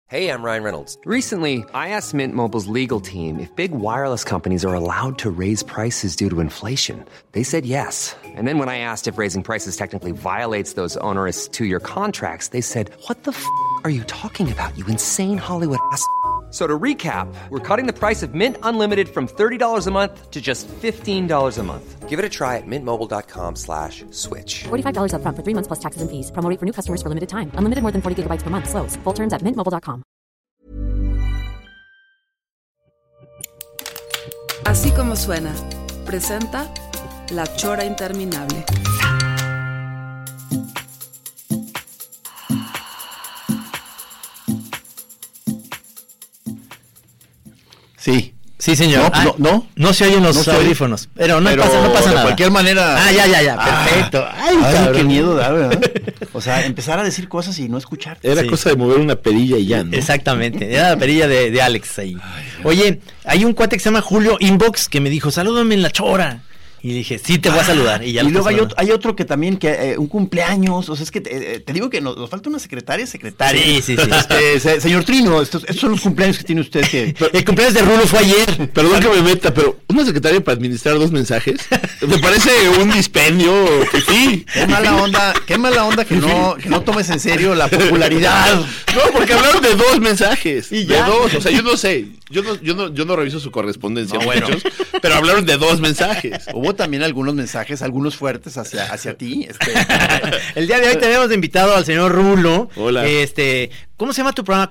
Hey, I'm Ryan Reynolds. Recently, I asked Mint Mobile's legal team if big wireless companies are allowed to raise prices due to inflation. They said yes. And then when I asked if raising prices technically violates those onerous two-year contracts, they said, "What the f*** are you talking about, you insane Hollywood ass?" So to recap, we're cutting the price of Mint Unlimited from $30 a month to just $15 a month. Give it a try at mintmobile.com/switch. $45 up front for 3 months plus taxes and fees. Promo rate for new customers for limited time. Unlimited more than 40 gigabytes per month. Slows full terms at mintmobile.com. Así como suena, presenta La Chora Interminable. Sí. Sí, señor. No se oyen los audífonos. Pero no pasa nada. De cualquier manera. Ya. Perfecto. Ay, qué miedo da, ¿verdad? O sea, empezar a decir cosas y no escuchar. Era cosa de mover una perilla y ya, ¿no? Exactamente. Era la perilla de Alex ahí. Oye, hay un cuate que se llama Julio Inbox que me dijo, salúdame en La Chora. Y dije, sí, te voy a saludar. Y luego hay otro que también, que un cumpleaños. O sea, es que te digo que nos falta una secretaria. Sí. Señor Trino, estos son los cumpleaños que tiene usted. El cumpleaños de Rulo fue ayer. Perdón que me meta, pero una secretaria para administrar 2 mensajes me parece un dispendio. Sí. Qué mala onda que no tomes en serio la popularidad. No, porque hablaron de 2 mensajes. Y ya. De 2, o sea, yo no sé. Yo no reviso su correspondencia, muchachos, pero hablaron de 2 mensajes. Hubo también algunos mensajes, algunos fuertes hacia ti. El día de hoy tenemos invitado al señor Rulo. Hola. ¿Cómo se llama tu programa?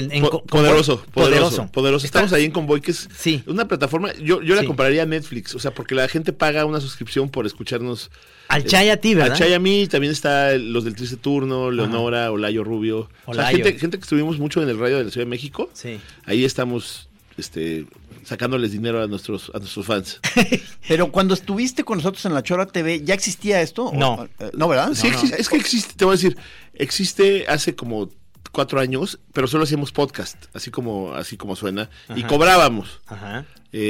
Poderoso. Estamos ahí en Convoy, que es una plataforma. Yo la compararía a Netflix, o sea, porque la gente paga una suscripción por escucharnos. Al Chay a ti, ¿verdad? Al Chay a mí, también está los del Triste Turno, Leonora, Olayo Rubio. Olayo. O sea, gente que estuvimos mucho en el radio de la Ciudad de México. Sí. Ahí estamos sacándoles dinero a nuestros fans. Pero cuando estuviste con nosotros en La Chora TV, ¿ya existía esto? No. ¿No, verdad? Sí, no. Es que existe, te voy a decir, existe hace como 4 años, pero solo hacíamos podcast, así como suena, y cobrábamos. Ajá.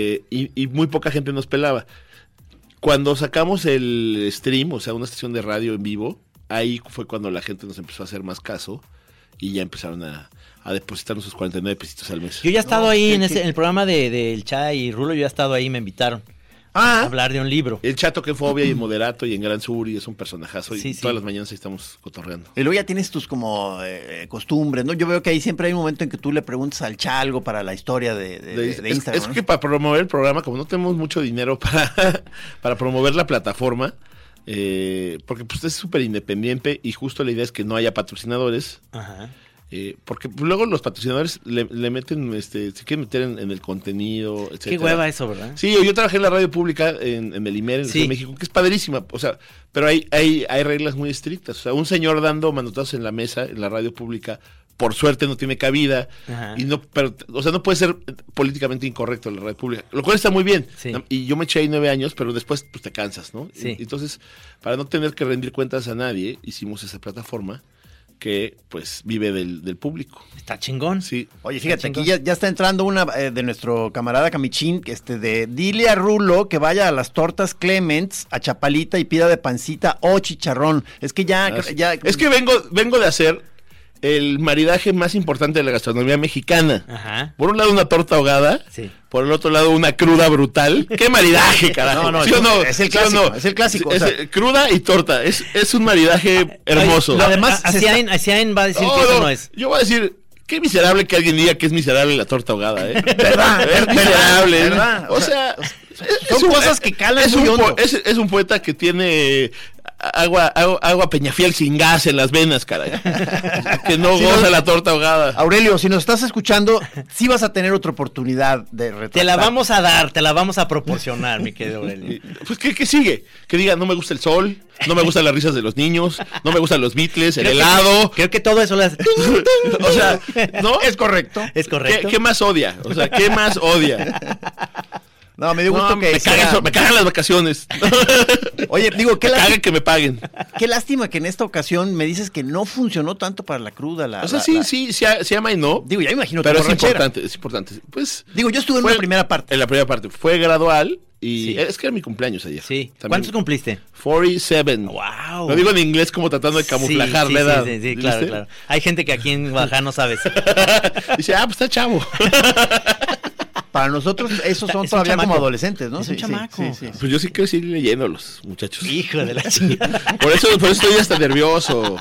Y muy poca gente nos pelaba. Cuando sacamos el stream, o sea, una estación de radio en vivo, ahí fue cuando la gente nos empezó a hacer más caso y ya empezaron a depositarnos sus 49 pesitos al mes. Yo ya he estado ahí en el programa del Chay y Rulo, yo ya he estado ahí, me invitaron a hablar de un libro. El Chato que Fobia y en Moderato y en Gran Sur, y es un personajazo, y todas las mañanas ahí estamos cotorreando. Y luego ya tienes tus como costumbres, ¿no? Yo veo que ahí siempre hay un momento en que tú le preguntas al Cha algo para la historia de Instagram. Es que para promover el programa, como no tenemos mucho dinero para promover la plataforma, porque pues es súper independiente y justo la idea es que no haya patrocinadores. Ajá. Porque luego los patrocinadores le meten, se quieren meter en el contenido, etcétera. Qué hueva eso, ¿verdad? Sí, yo trabajé en la radio pública en el IMER, en Ciudad de México, que es padrísima, o sea, pero hay reglas muy estrictas. O sea, un señor dando manotazos en la mesa, en la radio pública, por suerte no tiene cabida. Ajá. Y o sea, no puede ser políticamente incorrecto en la radio pública, lo cual está muy bien. Sí. Y yo me eché ahí 9 años, pero después pues te cansas, ¿no? Sí. Entonces, para no tener que rendir cuentas a nadie, hicimos esa plataforma que pues vive del público. Está chingón. Sí. Oye, fíjate, aquí ya está entrando una de nuestro camarada Camichín, dile a Rulo que vaya a las tortas Clements, a Chapalita, y pida de pancita o chicharrón. Es que ya... Es que vengo de hacer el maridaje más importante de la gastronomía mexicana. Ajá. Por un lado una torta ahogada, sí. Por el otro lado una cruda brutal. ¡Qué maridaje, carajo! No, ¿Sí o no? Es el clásico, es el clásico. Es, cruda y torta, es un maridaje hermoso. Además, Asiain va a decir que eso no es. Yo voy a decir, qué miserable que alguien diga que es miserable la torta ahogada, ¿eh? ¿Verdad? Es miserable, ¿verdad? O sea, son cosas que calan muy hondo. Es un poeta que tiene agua Peñafiel sin gas en las venas, caray. Que no goza la torta ahogada. Aurelio, si nos estás escuchando, sí vas a tener otra oportunidad de retratar. Te la vamos a dar, te la vamos a proporcionar, mi querido Aurelio. Pues, ¿qué sigue? Que diga, no me gusta el sol, no me gustan las risas de los niños, no me gustan los Beatles, el helado. Creo que todo eso le hace... O sea, ¿no? Es correcto. Es correcto. ¿Qué más odia? O sea, ¿qué más odia? No, me dio gusto que me cagan las vacaciones. Oye, digo, me cagan que me paguen. Qué lástima que en esta ocasión me dices que no funcionó tanto para la cruda. O sea, sí ama y no. Digo, ya me imagino que pero es importante. Pues digo, yo estuve en la primera parte. En la primera parte. Fue gradual Y Sí. es que era mi cumpleaños ayer. Sí. También. ¿Cuántos cumpliste? 47. Wow. Lo digo en inglés como tratando de camuflajar sí, la edad. Sí, claro, ¿Viste? claro. Hay gente que aquí en Oaxaca no sabe eso. Dice, pues está chavo. Para nosotros esos son Es un todavía como chamaco. adolescentes, ¿no? Es un chamaco. Pues yo sí crecí leyéndolos, muchachos. Hijo de la chingada. Por eso estoy hasta nervioso. O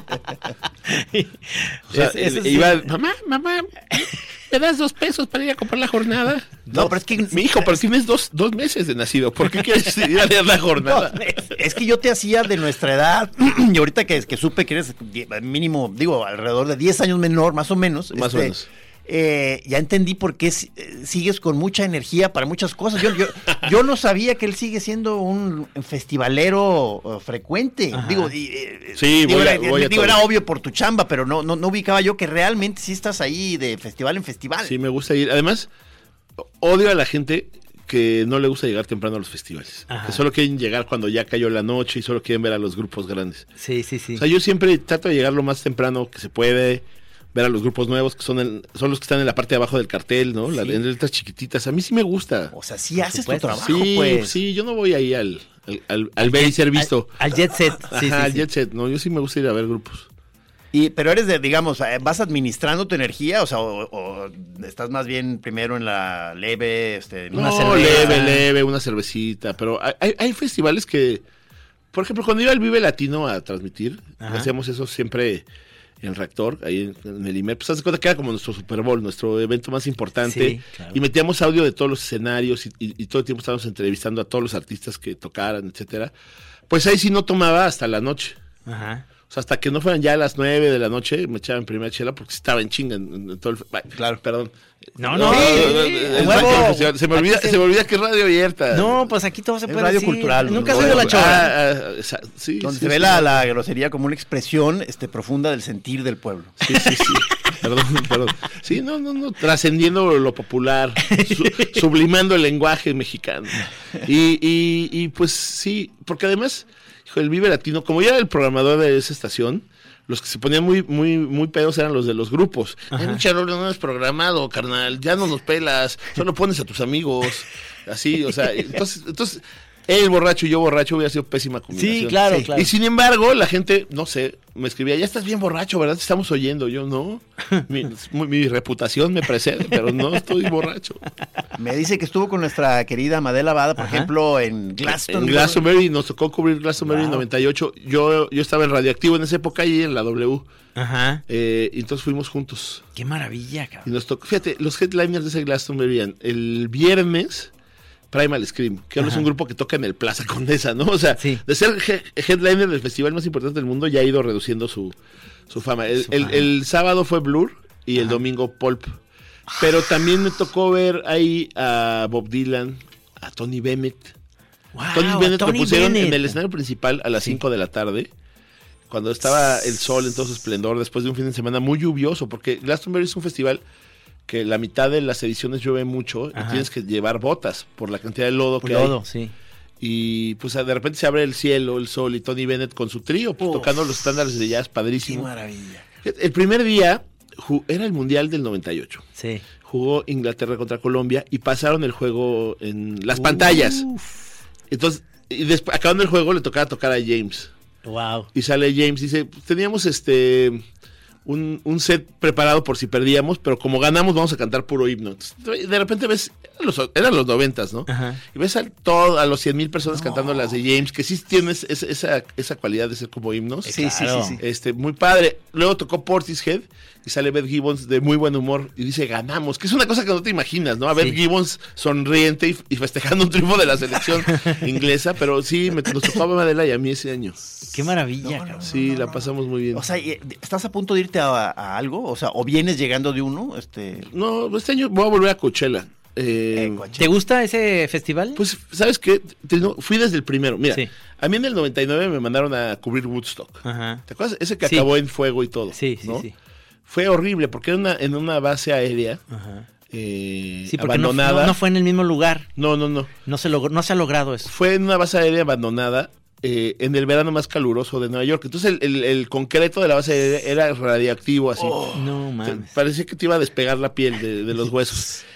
sea, Eso sí. iba, mamá, ¿me das $2 para ir a comprar la jornada? No, pero es que Mi hijo, pero tienes dos meses de nacido. ¿Por qué quieres ir a leer la jornada? es que yo te hacía de nuestra edad y ahorita que supe que eres mínimo, digo, alrededor de 10 años menor, más o menos. Más o menos. Ya entendí por qué sigues con mucha energía para muchas cosas. Yo no sabía que él sigue siendo un festivalero frecuente. Ajá. Digo, Sí, digo, voy a todo. era obvio por tu chamba, pero no ubicaba yo que realmente sí estás ahí de festival en festival. Sí, me gusta ir. Además, odio a la gente que no le gusta llegar temprano a los festivales. Ajá. Que solo quieren llegar cuando ya cayó la noche y solo quieren ver a los grupos grandes. Sí. O sea, yo siempre trato de llegar lo más temprano que se puede, ver a los grupos nuevos que son los que están en la parte de abajo del cartel, ¿no? Sí. En letras chiquititas. A mí sí me gusta. O sea, sí haces tu supuesto. trabajo, Sí, pues. sí, yo no voy ahí al ver y ser visto. Al jet set. Sí, Ajá, al sí. jet set, no, yo sí me gusta ir a ver grupos. Pero eres digamos, ¿vas administrando tu energía? O estás más bien primero en la leve, Una No, cerveza. leve, una cervecita, pero hay festivales que, por ejemplo, cuando iba al Vive Latino a transmitir, Ajá. hacíamos eso siempre en Reactor, ahí en el IMER, pues haz de cuenta que era como nuestro Super Bowl, nuestro evento más importante, Sí, claro. y metíamos audio de todos los escenarios y todo el tiempo estábamos entrevistando a todos los artistas que tocaran, etcétera. Pues ahí sí no tomaba hasta la noche. Ajá. O sea, hasta que no fueran ya a las 9 de la noche, me echaba en primera chela porque estaba en chinga en todo el... Claro, perdón. No. huevo. Se me olvida que es radio abierta. No, pues aquí todo se Es puede radio decir. cultural, Nunca has ¿no? oído la chora. Sí, Donde sí, se ve sí. la grosería como una expresión profunda del sentir del pueblo. Sí. Perdón. Sí, no, trascendiendo lo popular, sublimando el lenguaje mexicano. Y pues sí, porque además, hijo, el Vive Latino, como yo era el programador de esa estación, los que se ponían muy pedos eran los de los grupos. Charolo, no es programado, carnal, ya no nos pelas, solo pones a tus amigos, así, o sea, entonces él borracho y yo borracho hubiera sido pésima combinación. Sí, claro, claro. Y sin embargo, la gente, no sé, me escribía, ya estás bien borracho, ¿verdad? Te estamos oyendo. Yo, no, mi reputación me precede, pero no estoy borracho. Me dice que estuvo con nuestra querida Madela Bada, por Ajá. ejemplo, en Glastonbury. En Glastonbury, nos tocó cubrir Glastonbury en Wow. 98. Yo estaba en Radioactivo en esa época y en la W. Ajá. Y entonces fuimos juntos. Qué maravilla, Y cabrón. nos tocó, fíjate, los headliners de ese Glastonbury eran el viernes Primal Scream, que ahora es un grupo que toca en el Plaza Condesa, ¿no? O sea, Sí. de ser headliner del festival más importante del mundo, ya ha ido reduciendo su fama. El sábado fue Blur y el domingo Pulp. Pero también me tocó ver ahí a Bob Dylan, a Tony Bennett. Wow, Tony Bennett lo Tony pusieron Bennett. en el escenario principal a las 5 de la tarde, cuando estaba el sol en todo su esplendor, después de un fin de semana muy lluvioso, porque Glastonbury es un festival que la mitad de las ediciones llueve mucho Ajá. y tienes que llevar botas por la cantidad de lodo que Lodo, hay. sí. Y pues de repente se abre el cielo, el sol y Tony Bennett con su trío, pues, tocando los estándares de jazz, Qué padrísimo. maravilla. El primer día era el Mundial del 98. Sí. Jugó Inglaterra contra Colombia y pasaron el juego en las pantallas. Entonces, y después, acabando el juego, le tocaba tocar a James. Wow. Y sale James, dice, teníamos un set preparado por si perdíamos, pero como ganamos vamos a cantar puro himno. Entonces, de repente ves, eran los 90s, ¿no? Ajá. Y ves a los 100,000 personas cantando las de James, que sí tienes esa cualidad de ser como himnos. Sí, Claro. sí. Muy padre. Luego tocó Portishead y sale Beth Gibbons de muy buen humor y dice ganamos, que es una cosa que no te imaginas, ¿no? A Beth Sí. Gibbons sonriente y festejando un triunfo de la selección inglesa, pero sí, nos tocó a Madela y a mí ese año. Qué maravilla, cabrón. Sí, la pasamos muy bien. O sea, ¿estás a punto de irte a algo? O sea, ¿o vienes llegando de uno? No, este año voy a volver a Coachella. ¿Te gusta ese festival? Pues, ¿sabes qué? Fui desde el primero. Mira, Sí. a mí en el 99 me mandaron a cubrir Woodstock. Ajá. ¿Te acuerdas? Ese que Sí. acabó en fuego y todo. Sí, sí, ¿no? sí. Fue horrible porque era en una base aérea Ajá. sí, Sí, porque abandonada. no fue en el mismo lugar. No. No se ha logrado eso. Fue en una base aérea abandonada en el verano más caluroso de Nueva York. Entonces el concreto de la base aérea era radiactivo así. No mames. Parecía que te iba a despegar la piel de los huesos.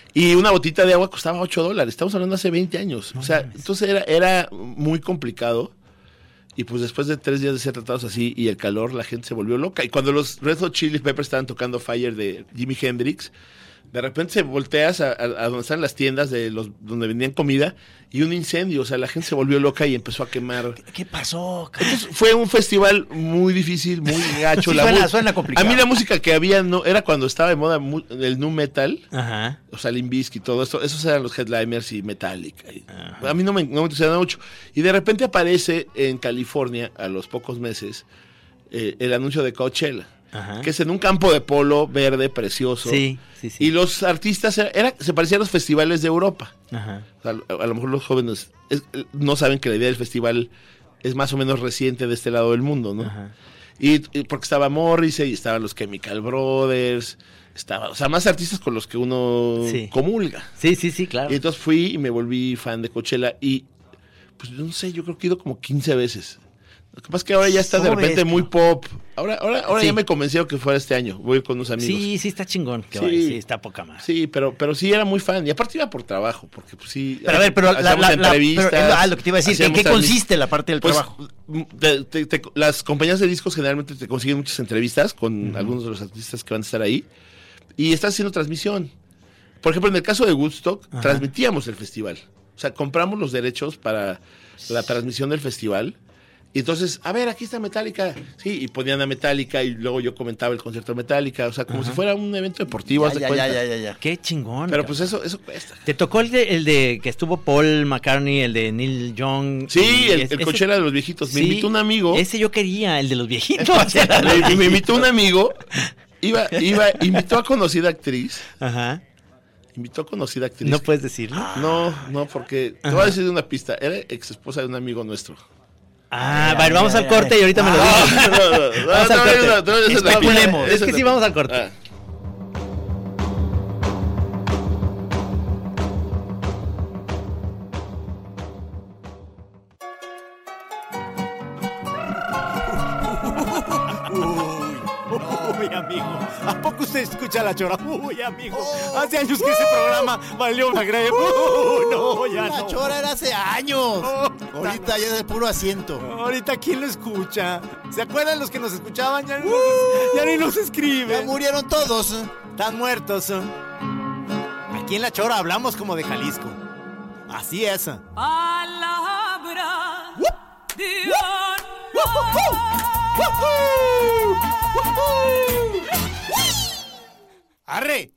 Y una botita de agua costaba $8. Estamos hablando hace 20 años. O sea, entonces era muy complicado. Y pues después de 3 días de ser tratados así y el calor, la gente se volvió loca. Y cuando los Red Hot Chili Peppers estaban tocando Fire de Jimi Hendrix, de repente se volteas a donde están las tiendas donde vendían comida y un incendio. O sea, la gente se volvió loca y empezó a quemar. ¿Qué pasó? Entonces fue un festival muy difícil, muy gacho. Sí, suena complicado. A mí la música que había era cuando estaba de moda el nu metal. Ajá. O sea, Limp Bizkit y todo esto. Esos eran los headliners y Metallica. A mí no me entusiasma mucho. Y de repente aparece en California, a los pocos meses, el anuncio de Coachella. Ajá. Que es en un campo de polo verde precioso. Sí. Y los artistas se parecían a los festivales de Europa. Ajá. O sea, a lo mejor los jóvenes no saben que la idea del festival es más o menos reciente de este lado del mundo, ¿no? Ajá. Y porque estaba Morrissey, y estaban los Chemical Brothers, o sea, más artistas con los que uno comulga. Sí, claro. Y entonces fui y me volví fan de Coachella y, pues no sé, yo creo que he ido como 15 veces. Lo que pasa es que ahora ya está de repente muy pop. Ahora Sí. ya me convenció que fuera este año. Voy a ir con unos amigos. Sí, está chingón. Que Sí. vaya, sí, está poca más. Sí, pero sí era muy fan. Y aparte iba por trabajo, porque pues sí. Pero a ver, hacíamos entrevistas. lo que te iba a decir, ¿en qué consiste la parte del trabajo? Las compañías de discos generalmente te consiguen muchas entrevistas con algunos de los artistas que van a estar ahí. Y estás haciendo transmisión. Por ejemplo, en el caso de Woodstock, transmitíamos el festival. O sea, compramos los derechos para la transmisión del festival. Y entonces, a ver, aquí está Metallica. Sí, y ponían a Metallica y luego yo comentaba el concierto de Metallica. O sea, como si fuera un evento deportivo. haz de cuenta. Ya. Qué chingón. Pero cabrón. pues eso cuesta. ¿Te tocó el de que estuvo Paul McCartney, el de Neil Young? Sí, el ese- Coachella de los viejitos. Me sí, invitó un amigo. Ese yo quería, el de los viejitos. Me invitó un amigo. Invitó a conocida actriz. Ajá. Invitó a conocida actriz. No puedes decirlo. No, porque te voy a decir de una pista. Era ex esposa de un amigo nuestro. Vale, vamos al corte y ahorita me lo dices. Vamos al corte. Especulemos. Es que sí, vamos al corte. Uy, amigo, ¿a poco usted escucha La Chora? Uy, amigo, hace años que ese programa valió una greve. No, ya no. La Chora era hace años. Ahorita ya es el puro asiento. Ahorita, ¿quién lo escucha? ¿Se acuerdan los que nos escuchaban? Ya ni nos Ya escriben. murieron todos. Están muertos. Aquí en La Chora hablamos como de Jalisco. Así es. Palabra de ¡Arre!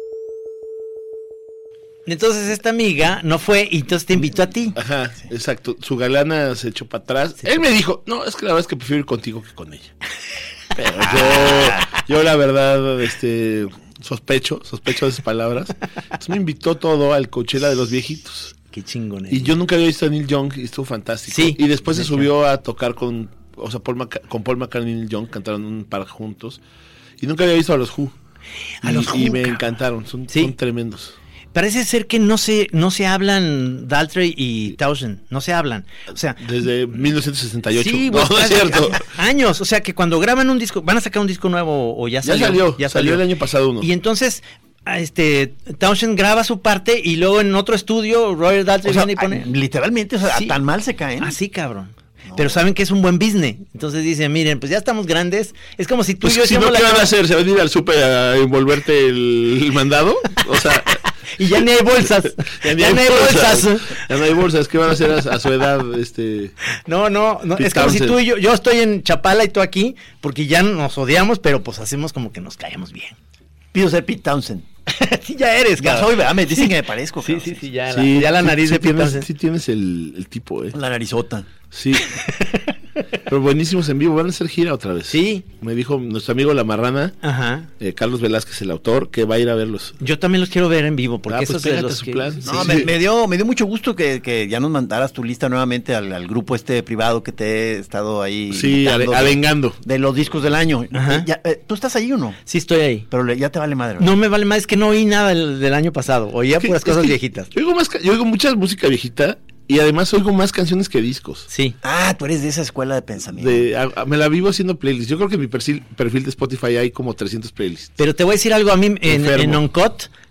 Entonces esta amiga no fue y entonces te invitó a ti. Ajá, exacto. Su galana se echó para atrás. Él me dijo, no, es que la verdad es que prefiero ir contigo que con ella. Pero yo la verdad, sospecho de esas palabras. Entonces me invitó todo al Coachella de los viejitos. Qué chingón. Y yo nunca había visto a Neil Young y estuvo fantástico. Sí, y después se de hecho. subió a tocar con Paul McCartney y Neil Young, cantaron un par juntos. Y nunca había visto a los Who. Y me encantaron, son tremendos. Parece ser que no se hablan Daltrey y Townshend, no se hablan. O sea, desde 1968. Sí, no, no es cierto. Años, o sea que cuando graban un disco, van a sacar un disco nuevo o ya salió. Ya salió el año pasado uno. Y entonces Townshend graba su parte y luego en otro estudio Roger Daltrey viene y pone literalmente, o sea, Sí. tan mal se caen. así, cabrón. Pero saben que es un buen business. Entonces dicen, miren, pues ya estamos grandes. Es como si tú Pues y yo si no, hacíamos ¿qué la van a cama- hacer? ¿Se van a ir al súper a envolverte el mandado? O sea... Y ya ni hay bolsas. Ya Ya no hay bolsas. Ya no hay bolsas. ¿Qué van a hacer a su edad? No. Pete Es como si Townshend. tú y yo estoy en Chapala y tú aquí, porque ya nos odiamos, pero pues hacemos como que nos caemos bien. Pido ser Pete Townshend. Sí, ya eres, Ya cabrón. soy, ¿verdad? Me dicen que me parezco. Sí, cabrón. ya, Sí, ya la nariz sí de Pete tienes, Townshend. sí tienes el tipo, La narizota. Sí. Pero buenísimos en vivo. Van a hacer gira otra vez. Sí. Me dijo nuestro amigo La Marrana, Ajá. Carlos Velázquez, el autor, que va a ir a verlos. Yo también los quiero ver en vivo, porque Pues esos de pégate los su que... plan. No, Sí. me dio mucho gusto que ya nos mandaras tu lista nuevamente al grupo privado que te he estado ahí. Sí, invitando arengando. de los discos del año. Ajá. ¿Tú estás ahí o no? Sí, estoy ahí. Pero ya te vale madre. ¿verdad? No me vale más, es que no oí nada del año pasado. Oía Es que- puras es cosas que viejitas. Yo oigo mucha música viejita y además oigo más canciones que discos. Sí. Ah, tú eres de esa escuela de pensamiento. Me la vivo haciendo playlists. Yo creo que en mi perfil de Spotify hay como 300 playlists. Pero te voy a decir algo, a mí en Enfermo. Uncut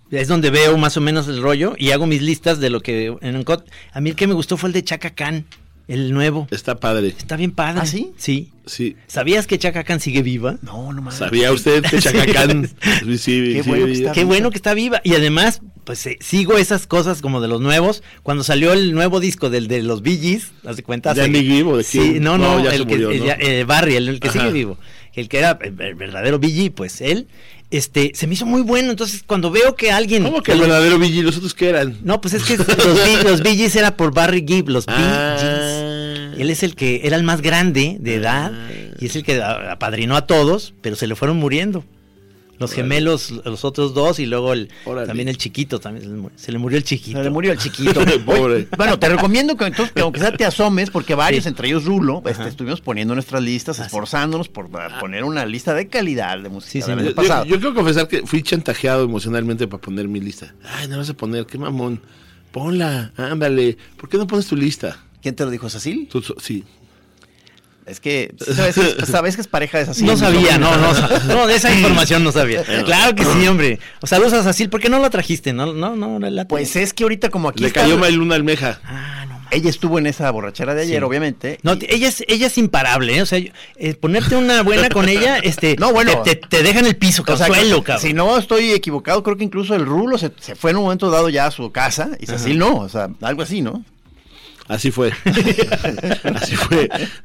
es donde veo más o menos el rollo y hago mis listas de lo que en Uncut. A mí el que me gustó fue el de Chaka Khan, el nuevo. Está padre. Está bien padre. ¿Ah, sí? Sí. Sí. ¿Sabías que Chaka Khan sigue viva? No, no mames. ¿Sabía usted que Chaka Khan? Sí, Qué bueno que está Qué bueno que está viva. Y además, pues sigo esas cosas como de los nuevos. Cuando salió el nuevo disco del de los Bee Gees, ¿haz de cuenta? ¿De Andy Gibb o de Sí, quién? no, Ya el se que murió, ¿no? Barry, el que Ajá. sigue vivo. El que era el verdadero Bee Gee, pues él, se me hizo muy bueno. Entonces, cuando veo que alguien... ¿Cómo que el verdadero Bee Gees? ¿Los otros qué eran? No, pues es que los Bee Gees era por Barry Gibb, los Bee Gees. Él es el que era el más grande de edad y es el que apadrinó a todos, pero se le fueron muriendo. Los gemelos, los otros dos y luego también el chiquito, también se le murió el chiquito. Se le murió el chiquito. Pobre. Oye, bueno, te recomiendo que entonces, que aunque sea te asomes, porque varios, Sí. entre ellos Rulo, estuvimos poniendo nuestras listas, esforzándonos por poner una lista de calidad de música. Sí, sí, del año Yo pasado. quiero confesar que fui chantajeado emocionalmente para poner mi lista. Ay, no vas a poner, qué mamón. Ponla, ándale. ¿Por qué no pones tu lista? ¿Quién te lo dijo, Cecil? Sí. Es que, ¿sabes que es pareja de Cecil? No sabía, no, de esa información no sabía. Claro que sí, hombre. O saludos a Cecil, ¿por qué no la trajiste? No, Pues es que ahorita como aquí Le está- cayó mal una almeja. ella estuvo en esa borrachera de ayer, Sí. obviamente. No, y- ella es imparable, ¿eh? O sea, ponerte una buena con ella, No, bueno. te deja en el piso, o sea, suelo, que, cabrón. si no estoy equivocado, creo que incluso el Rulo se fue en un momento dado ya a su casa y Cecil no, o sea, algo así, ¿no? Así fue. Así fue.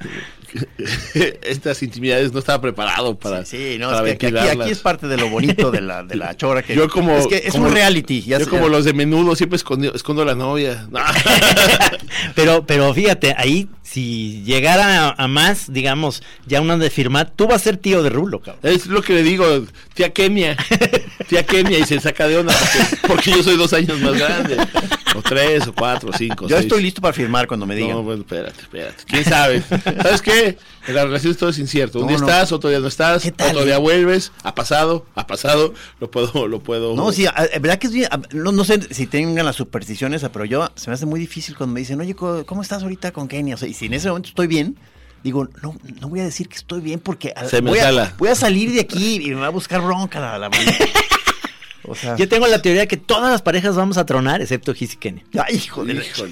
Estas intimidades no estaba preparado para. Sí, no, para es que aquí ventilarlas. es parte de lo bonito de la chora que Yo como. es que es como- un reality. Yo como los de menudo siempre escondo a la novia. No. Pero fíjate, ahí si llegara a más, digamos, ya una de firmar, tú vas a ser tío de Rulo, cabrón. Es lo que le digo, tía Kenia, y se saca de onda porque yo soy 2 años más grande, o 3, o 4, o 5. Yo estoy listo para firmar cuando me digan. No, bueno, espérate. ¿Quién sabe? ¿Sabes qué? En las relaciones todo es incierto. Un No, día no. estás, otro día no estás, ¿Qué tal, otro día vuelves, ha pasado, lo puedo. No, sí, verdad que es bien, no sé si tengan la superstición esa, pero yo se me hace muy difícil cuando me dicen, oye, ¿cómo estás ahorita con Kenia? O sea, y si en ese momento estoy bien, digo, no voy a decir que estoy bien porque Se me sala. voy a salir de aquí y me va a buscar bronca la O sea, Yo tengo la teoría de que todas las parejas vamos a tronar, excepto Giz y Kenny. ay, hijo de la- Híjole.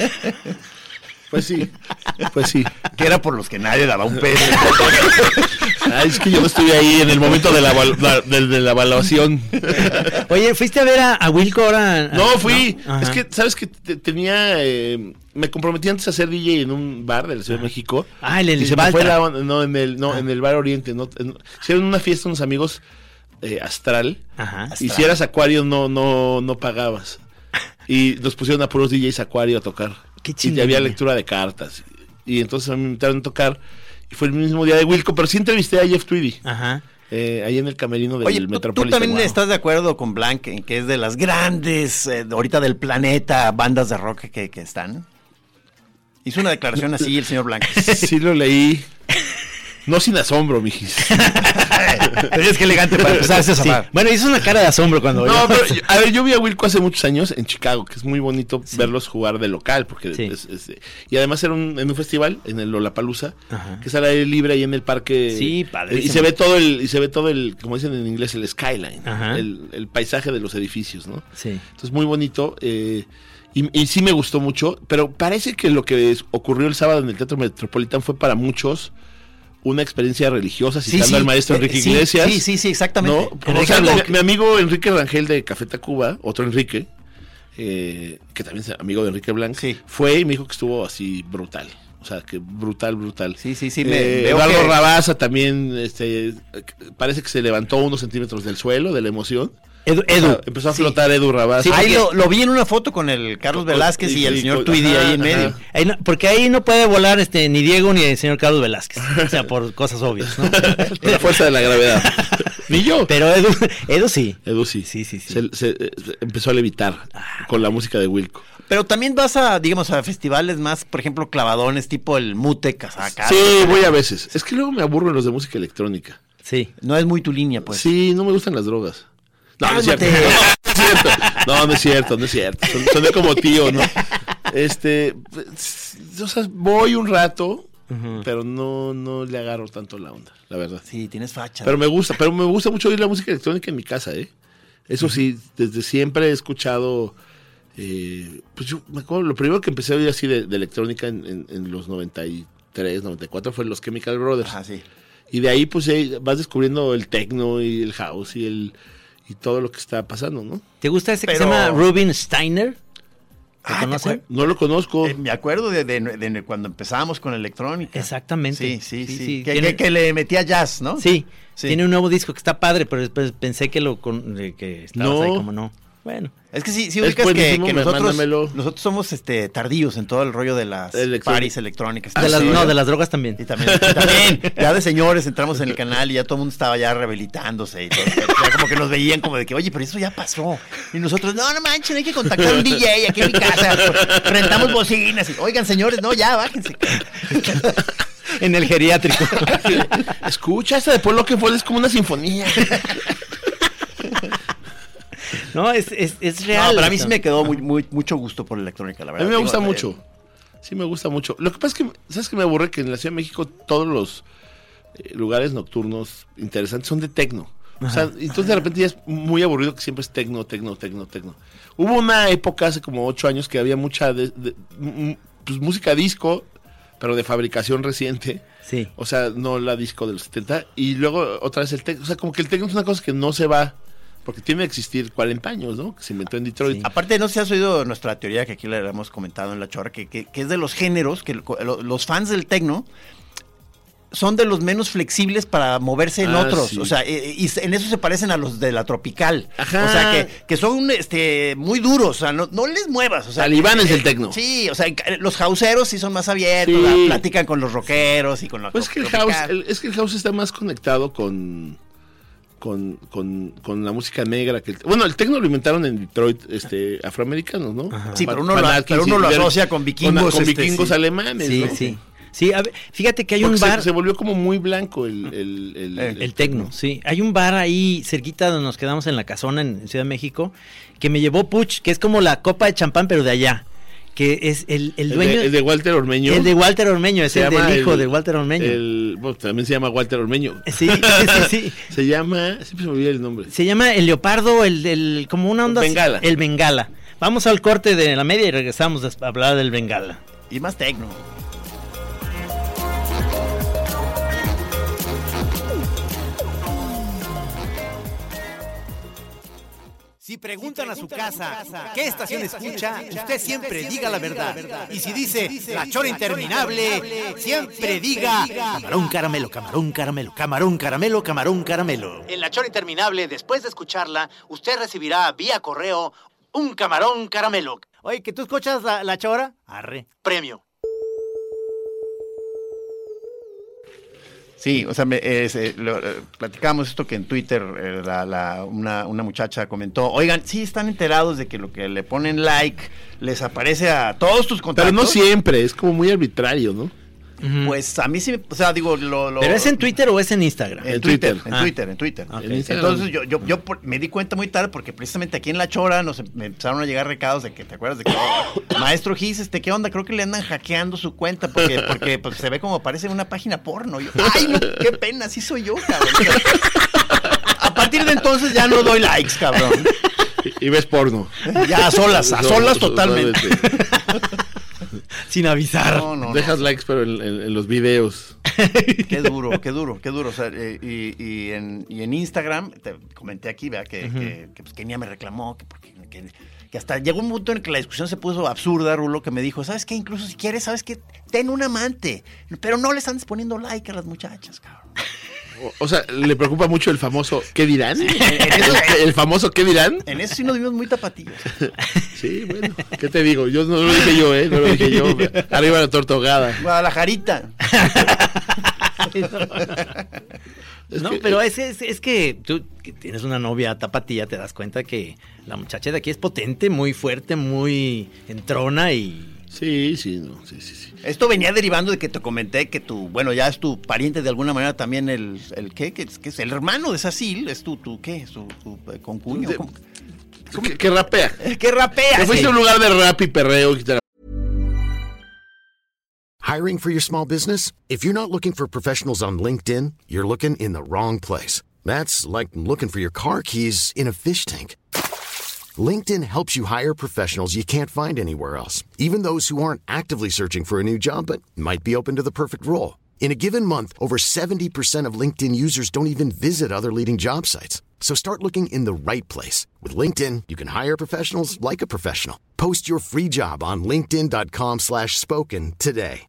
Pues sí. que era por los que nadie daba un peso. Ay, es que yo no estuve ahí en el momento de la evaluación. Oye, ¿fuiste a ver a Wilco ahora? No, fui. ¿No? Ajá. Es que, ¿sabes que tenía... me comprometí antes a ser DJ en un bar de la Ciudad de México. Ah, el y se me fue Baltra. en el Bar Oriente. Hicieron una fiesta unos amigos Astral. Ajá. Y si eras acuario no pagabas. Y nos pusieron a puros DJs acuario a tocar. Qué Y chingón. había lectura de cartas. Y entonces me invitaron a tocar. Y fue el mismo día de Wilco. Pero sí entrevisté a Jeff Tweedy. Ajá. Ahí en el camerino del Oye, ¿tú Metropolitan. también Wow. estás de acuerdo con Blanc en que es de las grandes, ahorita del planeta, bandas de rock que están? Hizo una declaración así el señor Blanc. Sí lo leí. No sin asombro, mijis. Pero es que elegante para empezarse a Sí. zafar. Bueno, hizo una cara de asombro cuando... No, pero a ver, yo vi a Wilco hace muchos años en Chicago, que es muy bonito verlos jugar de local, porque Sí. y además era en un festival en el Lollapalooza, Ajá. que es al aire libre ahí en el parque. Sí, padrísimo. Y se ve todo el, como dicen en inglés, el skyline, Ajá. el paisaje de los edificios, ¿no? Sí. Entonces muy bonito. Y sí me gustó mucho, pero parece que lo que ocurrió el sábado en el Teatro Metropolitan fue para muchos una experiencia religiosa, citando al maestro Enrique sí, Iglesias. Sí, exactamente. ¿No? Enrique O sea, Blanc. mi amigo Enrique Rangel de Café Tacuba, otro Enrique, que también es amigo de Enrique Blanc, Sí. fue y me dijo que estuvo así brutal. O sea, que brutal. Sí, veo Eduardo que- Rabasa también, parece que se levantó unos centímetros del suelo, de la emoción. Edu. O sea, empezó a flotar Edu Rabasa. Sí, Ahí lo vi en una foto con el Carlos Velázquez y el señor Tweedy ahí en medio. Ahí porque ahí no puede volar ni Diego ni el señor Carlos Velázquez. O sea, por cosas obvias, ¿no? Por la fuerza de la gravedad. Ni yo. Pero Edu sí. Edu sí. Sí. Se empezó a levitar con la música de Wilco. Pero también vas a, digamos, a festivales más, por ejemplo, clavadones, tipo el Mutec, acá. Sí, voy a veces. Es que luego me aburro en los de música electrónica. Sí. No es muy tu línea, pues. Sí, no me gustan las drogas. No, no es cierto. Cálmate. No es cierto. Soné como tío, ¿no? O sea, voy un rato, pero no le agarro tanto la onda, la verdad. Sí, tienes facha. Pero me gusta mucho oír la música electrónica en mi casa, ¿eh? Eso sí, desde siempre he escuchado, pues yo me acuerdo, lo primero que empecé a oír así de electrónica en los 93, 94 fue los Chemical Brothers. Ah, sí. Y de ahí pues vas descubriendo el techno y el house y todo lo que está pasando, ¿no? ¿Te gusta ese que Pero- se llama Rubin Steiner? ¿Te Ah, conocen? No lo conozco. Me acuerdo de cuando empezábamos con electrónica. Exactamente. Sí. Tiene- Que le metía jazz, ¿no? Sí, Sí. tiene un nuevo disco que está padre, pero después pensé que que estabas No. ahí como no. Bueno, Es que sí Es ubicas buenísimo, que mándamelo. nosotros somos tardíos en todo el rollo de las parties electrónicas. de las, sí, no, ¿eh? de las drogas también. Y también, ya de señores entramos en el canal y ya todo el mundo estaba ya rehabilitándose y todo. Ya como que nos veían como de que, oye, pero eso ya pasó. Y nosotros, no manchen, hay que contactar a un DJ aquí en mi casa. Rentamos bocinas. Y, oigan, señores, no, ya, bájense. En el geriátrico. Escucha, esta de Polo que fue, es como una sinfonía. No, es real. No, pero a mí o sí sea. me quedó mucho gusto por la electrónica, la A verdad. mí me gusta Digo, mucho. Sí, me gusta mucho. Lo que pasa es que, ¿sabes qué me aburre? Que en la Ciudad de México todos los lugares nocturnos interesantes son de tecno. O sea, entonces de repente ya es muy aburrido que siempre es tecno. Hubo una época hace como 8 años que había mucha pues, música disco, pero de fabricación reciente. Sí. O sea, no la disco de los 70. Y luego otra vez el tecno. O sea, como que el tecno es una cosa que no se va. Porque tiene que existir 40 años, ¿no? Que se inventó en Detroit. Sí. Aparte, no sé si has oído nuestra teoría que aquí la hemos comentado en La Chora, que es de los géneros, que los fans del tecno son de los menos flexibles para moverse en otros. Sí. O sea, y en eso se parecen a los de la tropical. Ajá. O sea, que son muy duros. O sea, no les muevas. O sea, Talibanes del tecno. Sí, o sea, los hauseros sí son más abiertos, Sí. platican con los rockeros y con la Pues es que el house está más conectado con la música negra. Bueno, el techno lo inventaron en Detroit, afroamericanos, ¿no? Sí, pero uno Fanáticos lo y asocia con vikingos. Con vikingos sí. alemanes, Sí, ¿no? sí. Sí, a ver, fíjate que hay Porque un bar. se volvió como muy blanco el El tecno, sí. Hay un bar ahí cerquita donde nos quedamos en la casona en Ciudad de México que me llevó Puch, que es como la copa de champán, pero de allá. Que es el dueño. El de Walter Ormeño. El de Walter Ormeño, es Se el llama del hijo de Walter Ormeño. Bueno, también se llama Walter Ormeño. Sí. Se llama, siempre se me olvida el nombre. Se llama el leopardo, como una onda. Bengala. El Bengala. Vamos al corte de la media y regresamos a hablar del Bengala. Y más tecno. Si preguntan a su casa qué estación escucha, usted siempre diga la verdad. Y si dice La Chora Interminable, siempre diga camarón caramelo, camarón caramelo, camarón caramelo, camarón caramelo. En La Chora Interminable, después de escucharla, usted recibirá vía correo un camarón caramelo. Oye, ¿que tú escuchas la Chora? Arre. Premio. Sí, o sea, platicamos esto que en Twitter una muchacha comentó, oigan, sí están enterados de que lo que le ponen like les aparece a todos tus contactos. Pero no siempre, es como muy arbitrario, ¿no? Pues a mí sí, o sea, digo, ¿Pero es en Twitter o es en Instagram? En Twitter. Ok. En Instagram. Entonces yo me di cuenta muy tarde porque precisamente aquí en La Chora me empezaron a llegar recados de que, ¿te acuerdas de que Maestro Gis, qué onda? Creo que le andan hackeando su cuenta porque pues, se ve como parece una página porno. Yo, ay, no, qué pena, sí soy yo, cabrón. A partir de entonces ya no doy likes, cabrón. Y ves porno. Ya a solas totalmente. Sin avisar. No. Dejas likes, pero en los videos. Qué duro. O sea, y en Instagram, te comenté aquí, ¿verdad? Que pues Kenia me reclamó, que hasta llegó un punto en que la discusión se puso absurda, Rulo, que me dijo, ¿sabes qué? Incluso si quieres, ¿sabes qué? Ten un amante, pero no les andes poniendo like a las muchachas, cabrón. O sea, le preocupa mucho el famoso ¿qué dirán? El famoso ¿qué dirán? En eso sí nos vimos muy tapatillos. Sí, bueno, ¿qué te digo? Yo no lo dije yo, no lo dije yo. Arriba la torta ahogada. Guadalajarita. Pero es que tú que tienes una novia tapatía, te das cuenta que la muchacha de aquí es potente, muy fuerte, muy entrona y... Sí. Esto venía derivando de que te comenté que ya es tu pariente de alguna manera también el ¿qué? Que es el hermano de Sacil, es tu ¿qué? Su concuño. Que rapea. ¿Qué rapea? Que fuiste a un lugar de rap y perreo. Hiring for your small business? If you're not looking for professionals on LinkedIn, you're looking in the wrong place. That's like looking for your car keys in a fish tank. LinkedIn helps you hire professionals you can't find anywhere else, even those who aren't actively searching for a new job but might be open to the perfect role. In a given month, over 70% of LinkedIn users don't even visit other leading job sites. So start looking in the right place. With LinkedIn, you can hire professionals like a professional. Post your free job on linkedin.com/spoken today.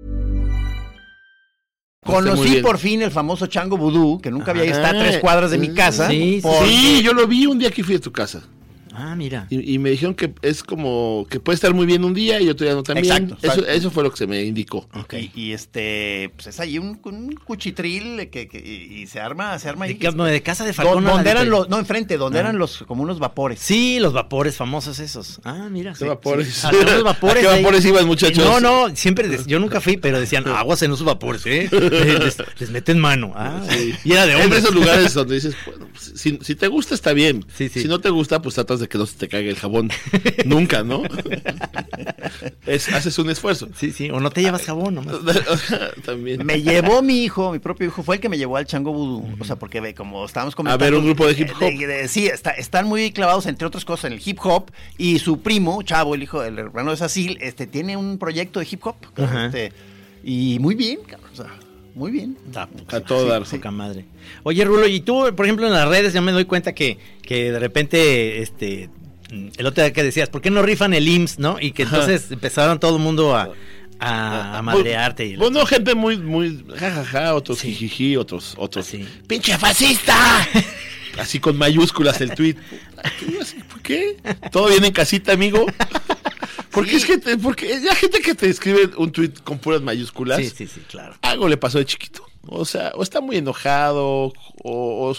Conocí por fin el famoso Chango Vudú, que nunca había ido, está a 3 cuadras de mi casa. Sí, Sí, yo lo vi un día que fui a tu casa. Ah, mira. Y me dijeron que es como que puede estar muy bien un día y otro día no tan bien. Exacto. Eso fue lo que se me indicó. Okay. Y pues es ahí un cuchitril y se arma ahí. De casa de Falcón. Donde eran enfrente, donde eran como unos vapores. Sí, los vapores famosos esos. Ah, mira. ¿Qué vapores? Sí. Los vapores. ¿A qué vapores iban, muchachos? No, siempre, yo nunca fui, pero decían, aguas en esos vapores, les meten mano. Ah, sí. Y era de hombres. En esos lugares donde dices, bueno, pues, si te gusta está bien. Sí. Si no te gusta, pues tratas de que no se te caiga el jabón. Nunca, ¿no? Haces un esfuerzo. Sí, o no te llevas jabón nomás. También. Me llevó mi propio hijo, fue el que me llevó al Chango Vudú. O sea, porque como estábamos comentando. A ver, un grupo de hip hop. Sí, están muy clavados, entre otras cosas, en el hip hop. Y su primo, Chavo, el hermano de Sacil, tiene un proyecto de hip hop. Y muy bien, cabrón. O sea, muy bien. A todo dar. Poca madre. Oye, Rulo, y tú, por ejemplo, en las redes ya me doy cuenta que de repente, el otro día que decías, ¿por qué no rifan el IMSS, no? Y que entonces empezaron todo el mundo a madrearte. Bueno, gente muy jajaja, otros jijiji, otros. Sí. ¡Pinche fascista! Así con mayúsculas el tweet. ¿Por qué? ¿Todo bien en casita, amigo? Porque porque hay gente que te escribe un tweet con puras mayúsculas. Sí, claro. Algo le pasó de chiquito. O sea, o está muy enojado, o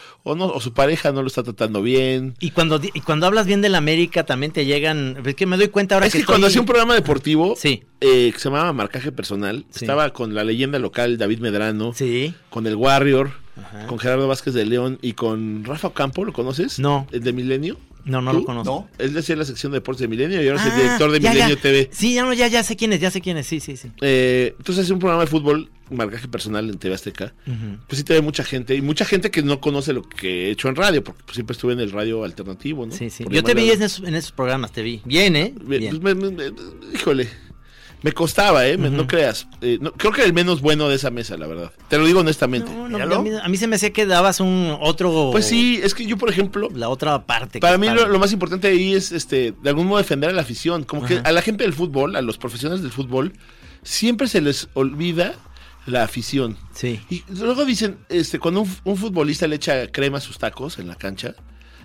su pareja no lo está tratando bien. Y cuando hablas bien de la América también te llegan, es que me doy cuenta ahora que cuando hacía un programa deportivo, sí, que se llamaba Marcaje Personal, sí, estaba con la leyenda local David Medrano, sí, con el Warrior, con Gerardo Vázquez de León y con Rafa Ocampo, ¿lo conoces? No. ¿El de Milenio? No lo conozco. ¿No? Él decía la sección de deportes de Milenio y ahora es el director de Milenio TV. Sí, ya sé quién es, sí. Entonces hace un programa de fútbol, Marcaje Personal en TV Azteca. Pues sí te ve mucha gente, y mucha gente que no conoce lo que he hecho en radio, porque pues, siempre estuve en el radio alternativo, ¿no? Sí. Yo te vi en esos programas, te vi. Bien, ¿eh? Bien. Híjole. Me costaba, no creas. Creo que era el menos bueno de esa mesa, la verdad. Te lo digo honestamente. No, a mí se me hacía que dabas un otro... Pues sí, es que yo, por ejemplo... La otra parte. Para mí lo más importante ahí es, de algún modo, defender a la afición. Como que a la gente del fútbol, a los profesionales del fútbol, siempre se les olvida la afición. Sí. Y luego dicen, cuando un futbolista le echa crema a sus tacos en la cancha,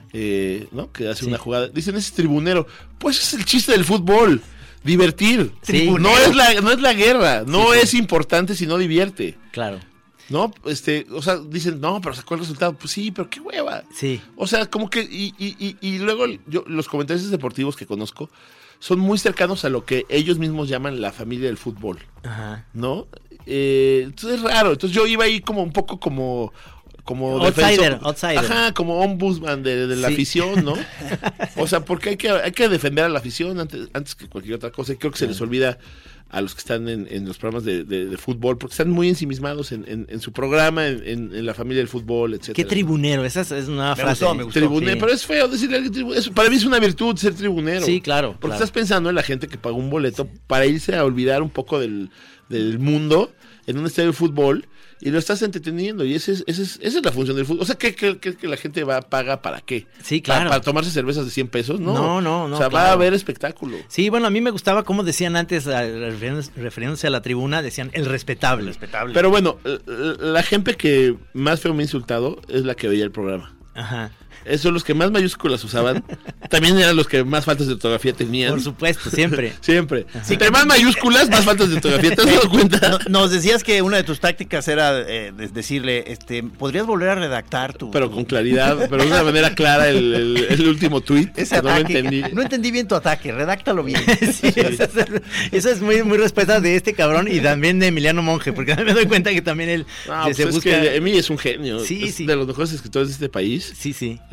¿no? Que hace una jugada, dicen, ese es tribunero. Pues es el chiste del fútbol. Divertir. Sí. No es la guerra. No es importante si no divierte. Claro. ¿No? O sea, dicen, no, pero sacó el resultado. Pues sí, pero qué hueva. Sí. O sea, como que. Y luego los comentaristas deportivos que conozco son muy cercanos a lo que ellos mismos llaman la familia del fútbol. Ajá. ¿No? Entonces es raro. Entonces yo iba ahí como un poco como outsider. Ajá, como ombudsman de la afición, ¿no? O sea, porque hay que defender a la afición antes que cualquier otra cosa. Y creo que se les olvida a los que están en los programas de fútbol, porque están muy ensimismados en su programa, en la familia del fútbol, etcétera. Qué tribunero, esa es una frase. Me gustó. Tribunero, sí. Pero es feo decirle que tribunero. Para mí es una virtud ser tribunero. Sí, claro. Porque estás pensando en la gente que pagó un boleto para irse a olvidar un poco del mundo en un estadio de fútbol. Y lo estás entreteniendo, y esa es la función del fútbol. O sea, que la gente paga ¿para qué? Sí, claro. ¿Para tomarse cervezas de 100 pesos? No. O sea, claro. Va a haber espectáculo. Sí, bueno, a mí me gustaba como decían antes, refiriéndose a la tribuna, decían el respetable. Pero bueno, la gente que más feo me ha insultado es la que veía el programa. Ajá. Esos los que más mayúsculas usaban, también eran los que más faltas de ortografía tenían. Por supuesto, siempre. Siempre. Si entre más mayúsculas, más faltas de ortografía. ¿Te has dado cuenta? Nos decías que una de tus tácticas era decirle, ¿podrías volver a redactar tu...? Pero con claridad, pero de una manera clara el último tuit. Ese ataque, no entendí bien tu ataque, redáctalo bien. Sí. Eso es muy, muy respuesta de este cabrón y también de Emiliano Monge, porque me doy cuenta que también él se busca... Es que Emi es un genio. Sí. De los mejores escritores de este país. Sí.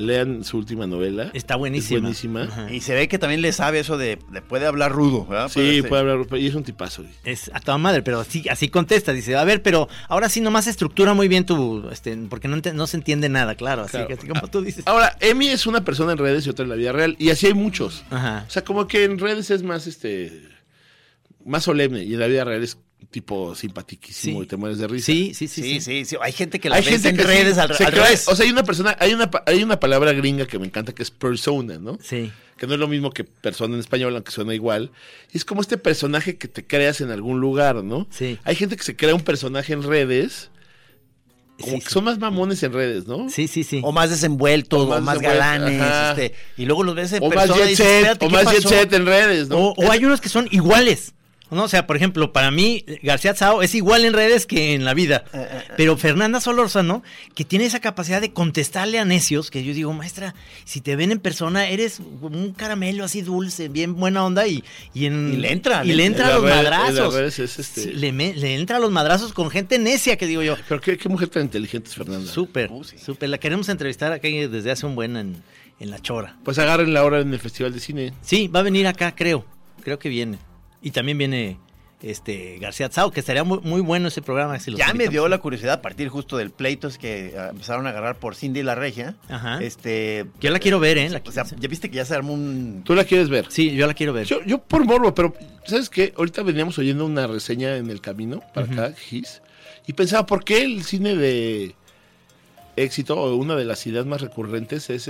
lean su última novela. Está buenísima. Es buenísima. Ajá. Y se ve que también le sabe eso de puede hablar rudo, ¿verdad? Sí, puede hablar, y es un tipazo. Güey. Es a toda madre, pero así contesta, dice, a ver, pero ahora sí nomás estructura muy bien porque no se entiende nada, claro, así como tú dices. Ahora, Emi es una persona en redes y otra en la vida real, y así hay muchos. Ajá. O sea, como que en redes es más, más solemne, y en la vida real es tipo simpaticísimo y te mueres de risa. Sí. Hay gente que la ve en redes al cree, revés. O sea, hay una palabra gringa que me encanta que es persona, ¿no? Sí. Que no es lo mismo que persona en español, aunque suena igual. Y es como este personaje que te creas en algún lugar, ¿no? Sí. Hay gente que se crea un personaje en redes, como que son más mamones en redes, ¿no? Sí. O más desenvueltos, o más galanes, ajá. Y luego los ves en o persona más y jet dices, set, espérate, o ¿qué más jet pasó? set en redes, ¿no? O hay unos que son iguales. ¿No? O sea, por ejemplo, para mí, García Tsao es igual en redes que en la vida. Pero Fernanda Solórzano, que tiene esa capacidad de contestarle a necios, que yo digo, maestra, si te ven en persona, eres un caramelo así dulce, bien buena onda, y le entra a los madrazos. Le entra a los madrazos con gente necia, que digo yo. Pero qué mujer tan inteligente es Fernanda. Súper. La queremos entrevistar aquí desde hace un buen en La Chora. Pues agarren la hora en el Festival de Cine. Sí, va a venir acá, creo que viene. Y también viene García Tsao, que estaría muy, muy bueno ese programa. Si ya me dio la curiosidad a partir justo del pleito que empezaron a agarrar por Cindy la Regia. Ajá. Yo la quiero ver, ¿eh? O sea, ya viste que ya se armó un... ¿Tú la quieres ver? Sí, yo la quiero ver. Yo por morbo, pero ¿sabes qué? Ahorita veníamos oyendo una reseña en el camino para acá, Gis, y pensaba, ¿por qué el cine de éxito, o una de las ideas más recurrentes es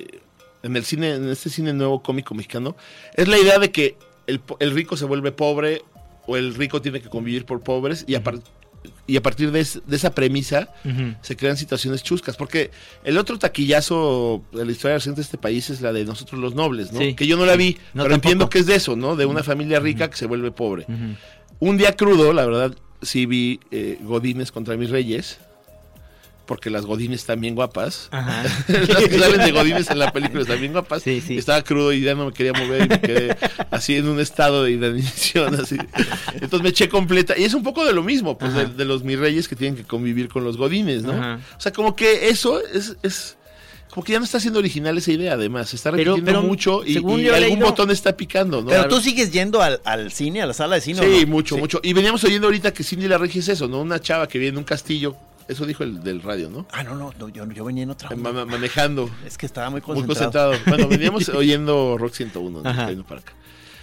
en este cine nuevo cómico mexicano, es la idea de que el rico se vuelve pobre o el rico tiene que convivir por pobres y a partir de esa premisa se crean situaciones chuscas, porque el otro taquillazo de la historia reciente de este país es la de Nosotros los Nobles, ¿no? Sí, que yo no la vi, no, pero tampoco. entiendo que es de eso, ¿no? De una familia rica que se vuelve pobre. Un día crudo, la verdad, sí vi Godines contra mis reyes, porque las Godines están bien guapas. Ajá. Las que salen de Godines en la película están bien guapas. Sí. Estaba crudo y ya no me quería mover y me quedé así en un estado de inanición, así. Entonces me eché completa. Y es un poco de lo mismo, pues, de los mis reyes que tienen que convivir con los Godines, ¿no? Ajá. O sea, como que eso es como que ya no está siendo original esa idea, además. Se está repitiendo mucho y algún botón está picando, ¿no? Pero tú sigues yendo al cine, a la sala de cine. Sí, ¿o no? mucho. Y veníamos oyendo ahorita que Cindy la Regia es eso, ¿no? Una chava que vive en un castillo. Eso dijo el del radio, ¿no? No, yo venía en otra onda. Manejando. Es que estaba muy concentrado. Bueno, veníamos oyendo Rock 101, ¿no? Para acá.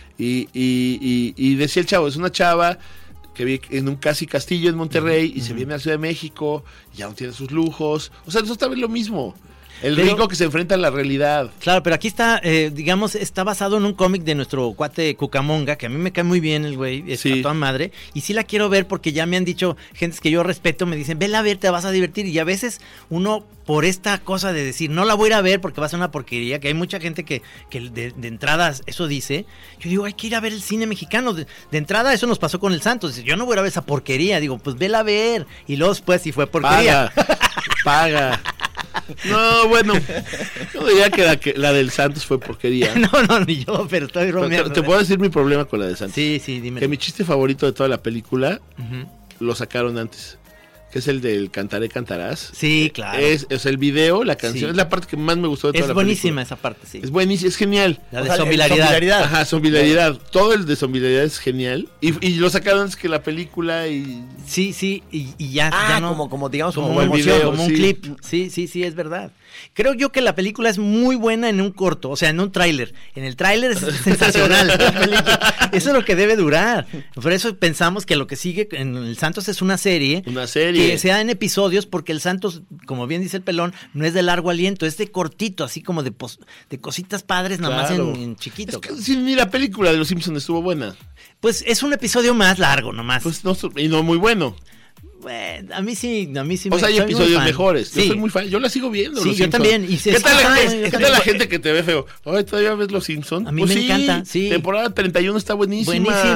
Y decía el chavo, es una chava que vive en un casi castillo en Monterrey y se viene a la Ciudad de México, y ya no tiene sus lujos. O sea, eso está bien lo mismo. El rico que se enfrenta a la realidad. Claro, pero aquí está, digamos, está basado en un cómic de nuestro cuate Cucamonga, que a mí me cae muy bien el güey, a toda madre, y sí la quiero ver porque ya me han dicho gentes que yo respeto, me dicen, vela a ver, te vas a divertir, y a veces uno, por esta cosa de decir, no la voy a ir a ver porque va a ser una porquería, que hay mucha gente que de entrada eso dice, yo digo, hay que ir a ver el cine mexicano, de entrada eso nos pasó con el Santos, dice, yo no voy a ir a ver esa porquería, digo, pues vela a ver, y luego después si fue porquería. Paga. No, bueno, yo diría que la del Santos fue porquería. No, ni yo, pero estoy bromeando. Te puedo decir mi problema con la de Santos. Sí, dime. Que mi chiste favorito de toda la película lo sacaron antes, que es el del Cantaré, Cantarás. Sí, claro. Es el video, la canción, es la parte que más me gustó de toda la película. Es buenísima esa parte, sí. Es buenísima, es genial. La de Zombilaridad. Ajá, Zombilaridad. Todo el de Zombilaridad es genial. Y lo sacaron antes que la película y... Sí, y ya no... como digamos, como un emoción, video, como un clip. Sí, es verdad. Creo yo que la película es muy buena en un corto, o sea, en un tráiler. En el tráiler es sensacional la película. Eso es lo que debe durar. Por eso pensamos que lo que sigue en el Santos es una serie. Que sea en episodios, porque el Santos, como bien dice el Pelón, no es de largo aliento, es de cortito, así como de cositas padres, nada más en chiquito. Es que ni la película de Los Simpsons estuvo buena. Pues es un episodio más largo nomás. Pues no, y no muy bueno. Bueno, a mí sí. O sea, hay episodios mejores. Sí. Yo soy muy fan. Yo la sigo viendo. Sí, yo también. ¿Qué tal la gente que te ve feo? Ay, ¿todavía ves Los Simpsons? A mí me encanta. Sí. Temporada 31 está buenísima.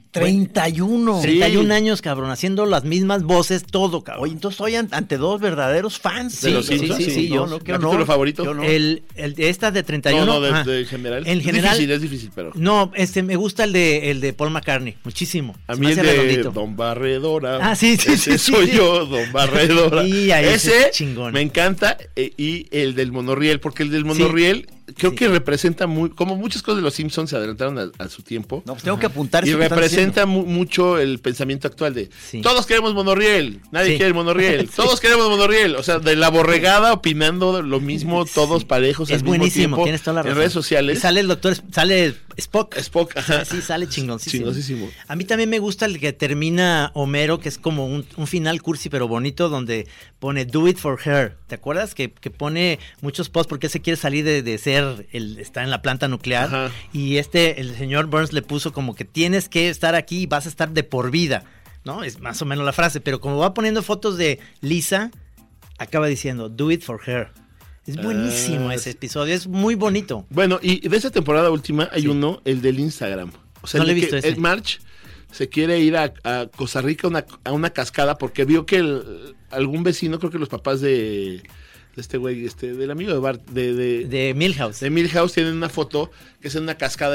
31. 31 años, cabrón, haciendo las mismas voces, todo, cabrón. Oye, entonces estoy ante dos verdaderos fans. ¿De los Simpsons? sí, No, no, qué honor. ¿Capítulo favorito? Qué honor. Esta de 31. No, ajá. en general. En general. Es difícil, pero. No, me gusta el de Paul McCartney, muchísimo. A Se mí me el hace de redondito. Don Barredora. Ah, sí, Ese soy yo, Don Barredora. Y ahí ese es chingón. me encanta. Y el del monorriel, porque el del monorriel creo que representa muy, como muchas cosas de los Simpsons se adelantaron a su tiempo. No, pues tengo que apuntar. Y eso que están representa mucho el pensamiento actual de Sí. todos queremos monorriel, nadie Sí. quiere el monorriel, todos queremos monorriel, o sea, de la borregada opinando lo mismo, todos parejos Es al mismo buenísimo, tiempo tienes toda la razón. en redes sociales. Y sale el doctor, sale Spock. Spock, ajá. Sí, sale chingoncísimo. Chingosísimo. A mí también me gusta el que termina Homero, que es como un final cursi pero bonito, donde pone Do it for her. ¿Te acuerdas? Que pone muchos posts porque él se quiere salir de ser, está en la planta nuclear. Ajá. Y el señor Burns le puso como que tienes que estar aquí y vas a estar de por vida, ¿no? Es más o menos la frase, pero como va poniendo fotos de Lisa, acaba diciendo Do it for her. Es buenísimo ese episodio, es muy bonito. Bueno, y de esa temporada última hay uno, el del Instagram. O sea, No le he el visto que ese. March se quiere ir a Costa Rica a una cascada porque vio que algún vecino, creo que los papás de este güey, del amigo de Bart, De Milhouse. de Milhouse, tienen una foto que es en una cascada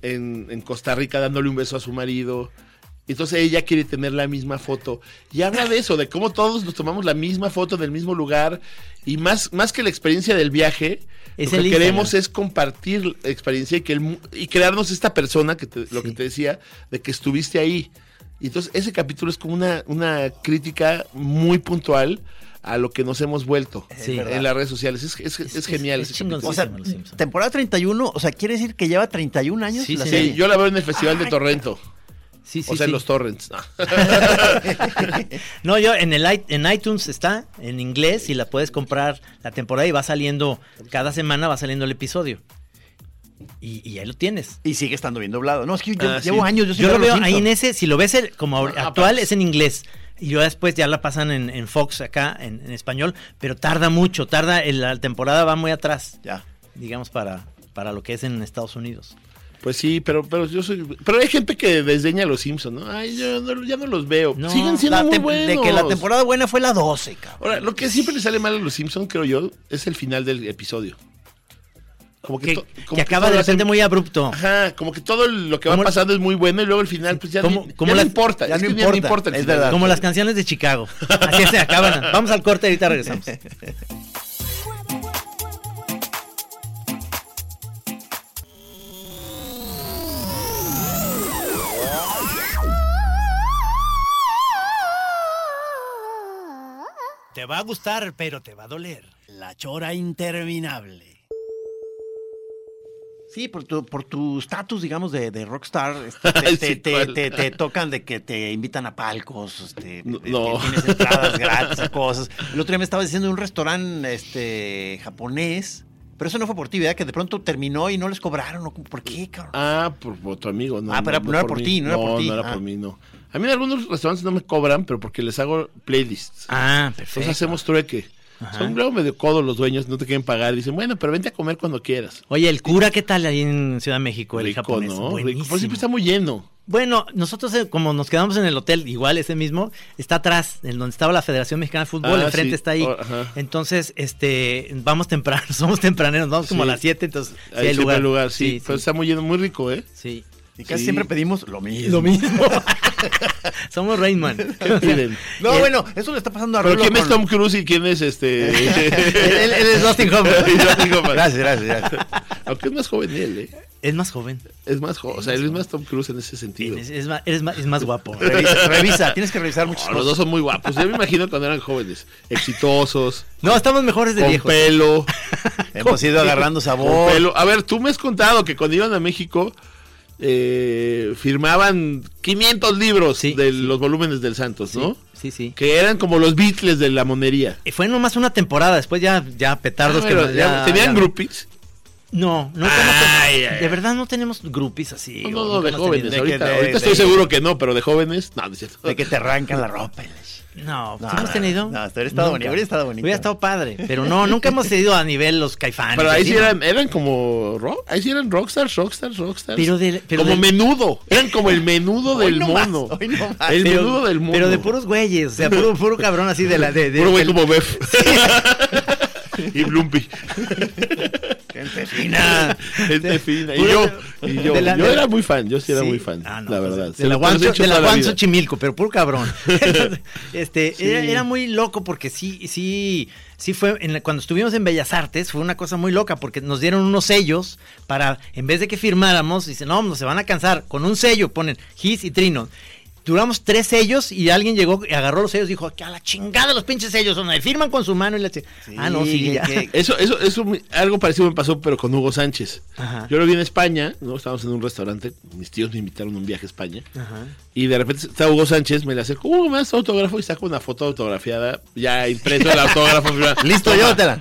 en Costa Rica dándole un beso a su marido. Entonces ella quiere tener la misma foto. Y habla de eso, de cómo todos nos tomamos la misma foto en el mismo lugar. Y más que la experiencia del viaje, Es lo el que queremos Instagram. es compartir la experiencia y crearnos esta persona, lo que te decía, de que estuviste ahí. Y entonces ese capítulo es como una crítica muy puntual a lo que nos hemos vuelto Sí. en las redes sociales. Es genial. es ese capítulo. O sea, Los Simpsons. temporada 31, o sea, ¿quiere decir que lleva 31 años Sí, la sí, Sí, serie? yo la veo en el Festival de Torrento. Sí, sí, O sea, en sí. los torrents. No, yo en iTunes está en inglés y la puedes comprar la temporada y va saliendo, cada semana va saliendo el episodio. Y ahí lo tienes. Y sigue estando bien doblado. No, es que yo Ah, llevo sí. años. Yo, sí Yo lo veo veo los ahí en Simpsons. ese, si lo ves como actual pues. es en inglés. Y yo después ya la pasan en Fox acá, en español, pero tarda mucho, la temporada va muy atrás, Ya. digamos, para lo que es en Estados Unidos. Pues sí, pero hay gente que desdeña a los Simpsons, ¿no? Ay, ya no los veo. No, Siguen siendo La muy tem- buenos. de que la temporada buena fue la 12, cabrón. Ahora, lo que siempre le sale mal a los Simpsons, creo yo, es el final del episodio. Como Que como acaba todo de lo hacen- repente muy abrupto. Ajá, como que todo lo que va ¿Cómo- pasando es muy bueno y luego el final, pues ya, ¿Cómo- ya cómo no las- importa. ya Es no que importa, no importa el es final. verdad. Como las canciones de Chicago. Así se acaban. Vamos al corte y ahorita regresamos. Te va a gustar, pero te va a doler. La Chora Interminable. Sí, por tu estatus, digamos, de rockstar, Sí, ¿cuál? te tocan de que te invitan a palcos, No. que tienes entradas gratis a cosas. El otro día me estaba diciendo de un restaurante japonés, pero eso no fue por ti, ¿verdad? Que de pronto terminó y no les cobraron, ¿no? ¿Por qué, cabrón? Ah, por tu amigo, no. Ah, pero no era por mí. ti, no era por ti. No era Ah. por mí, no. A mí en algunos restaurantes no me cobran, pero porque les hago playlists. Ah, perfecto. Entonces hacemos trueque. Ajá. Son luego medio codos los dueños, no te quieren pagar. Dicen, bueno, pero vente a comer cuando quieras. Oye, el cura, ¿qué tal ahí en Ciudad de México? El Rico, japonés. ¿no? Buenísimo. Rico. Por siempre está muy lleno. Bueno, nosotros como nos quedamos en el hotel, igual ese mismo, está atrás, en donde estaba la Federación Mexicana de Fútbol, Ah, enfrente sí. está ahí. Oh, ajá. Entonces, vamos temprano, somos tempraneros, vamos como a Sí. las 7, entonces sí Ahí hay siempre hay lugar. sí. Pero está muy lleno, muy rico, ¿eh? Sí. Y casi Sí. siempre pedimos lo mismo. Lo mismo. Somos Rainman. ¿Qué piden? No, bueno, eso le está pasando a ¿Pero Rulo quién es con- Tom Cruise y quién es él es Dustin Hoffman. Dustin Hoffman. Gracias. Aunque es más joven él, ¿eh? Es más joven. Es más joven. O sea, él es más Tom Cruise en ese sentido. Es más guapo. Revisa, tienes que revisar muchas No, los cosas. dos son muy guapos. Yo me imagino cuando eran jóvenes. Exitosos. No, estamos mejores de Con viejos. pelo. Hemos ido agarrando Con sabor. pelo. A ver, tú me has contado que cuando iban a México firmaban 500 libros Sí, de sí. los volúmenes del Santos, ¿no? Sí. Que eran como los Beatles de la monería. Fue nomás una temporada, después ya petardos Ah, pero que ya tenían groupies. No, de verdad no tenemos groupies así. No, de jóvenes. tenido. Ahorita estoy seguro que no, pero de jóvenes, no es cierto. De que te arrancan la ropa. No, ¿sí hemos tenido? No, hubiera estado bonito. Hubiera estado padre, pero no, nunca hemos tenido a nivel los Caifanes. Pero ahí así, sí ¿no? eran como ahí sí eran rockstars. Pero como menudo, eran como el menudo del mono. Hoy no más. El menudo del mono. Pero de puros güeyes, o sea, puro cabrón así de la puro güey como Bef. Y Blumpy. Gente fina. Gente fina. Y yo era muy fan, yo sí era muy fan, la verdad. De la Juan Xochimilco, pero puro cabrón. Era muy loco porque sí fue, cuando estuvimos en Bellas Artes, fue una cosa muy loca porque nos dieron unos sellos para, en vez de que firmáramos, dicen, no se van a cansar, con un sello ponen Gis y Trino. Duramos 3 sellos y alguien llegó y agarró los sellos y dijo, que a la chingada los pinches sellos, donde firman con su mano y ya. Eso, algo parecido me pasó, pero con Hugo Sánchez. Ajá. Yo lo vi en España, ¿no? Estábamos en un restaurante, mis tíos me invitaron a un viaje a España. Ajá. Y de repente está Hugo Sánchez, me le acerco, ¿me das autógrafo? Y saco una foto autografiada, ya impreso el autógrafo. Listo, llévatela.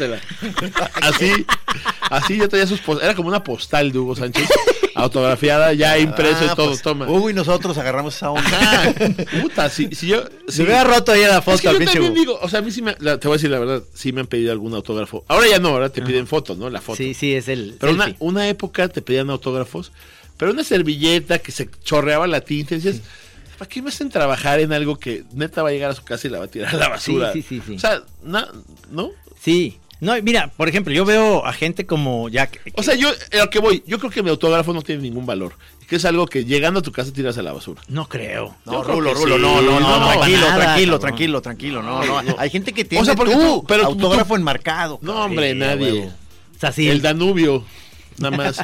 Así yo traía era como una postal de Hugo Sánchez, autografiada, ya impreso y todo, toma. Hugo y nosotros agarramos esa onda. Puta, si yo... Se hubiera roto ahí la foto. Es que yo también digo, o sea, a mí sí te voy a decir la verdad, sí me han pedido algún autógrafo. Ahora ya no, ahora te piden fotos, ¿no? La foto. Sí, es el Pero una época te pedían autógrafos, pero una servilleta que se chorreaba la tinta, y decías, ¿para qué me hacen trabajar en algo que neta va a llegar a su casa y la va a tirar a la basura? Sí. O sea, ¿no? Sí. No, mira, por ejemplo, yo veo a gente como ya... O sea, yo a lo que voy, yo creo que mi autógrafo no tiene ningún valor. Que es algo que llegando a tu casa tiras a la basura. No creo. No, Rulo, no, tranquilo. No. Hay gente que tiene pero autógrafo enmarcado. No, hombre, nadie. O sea, sí. El Danubio. Nada más.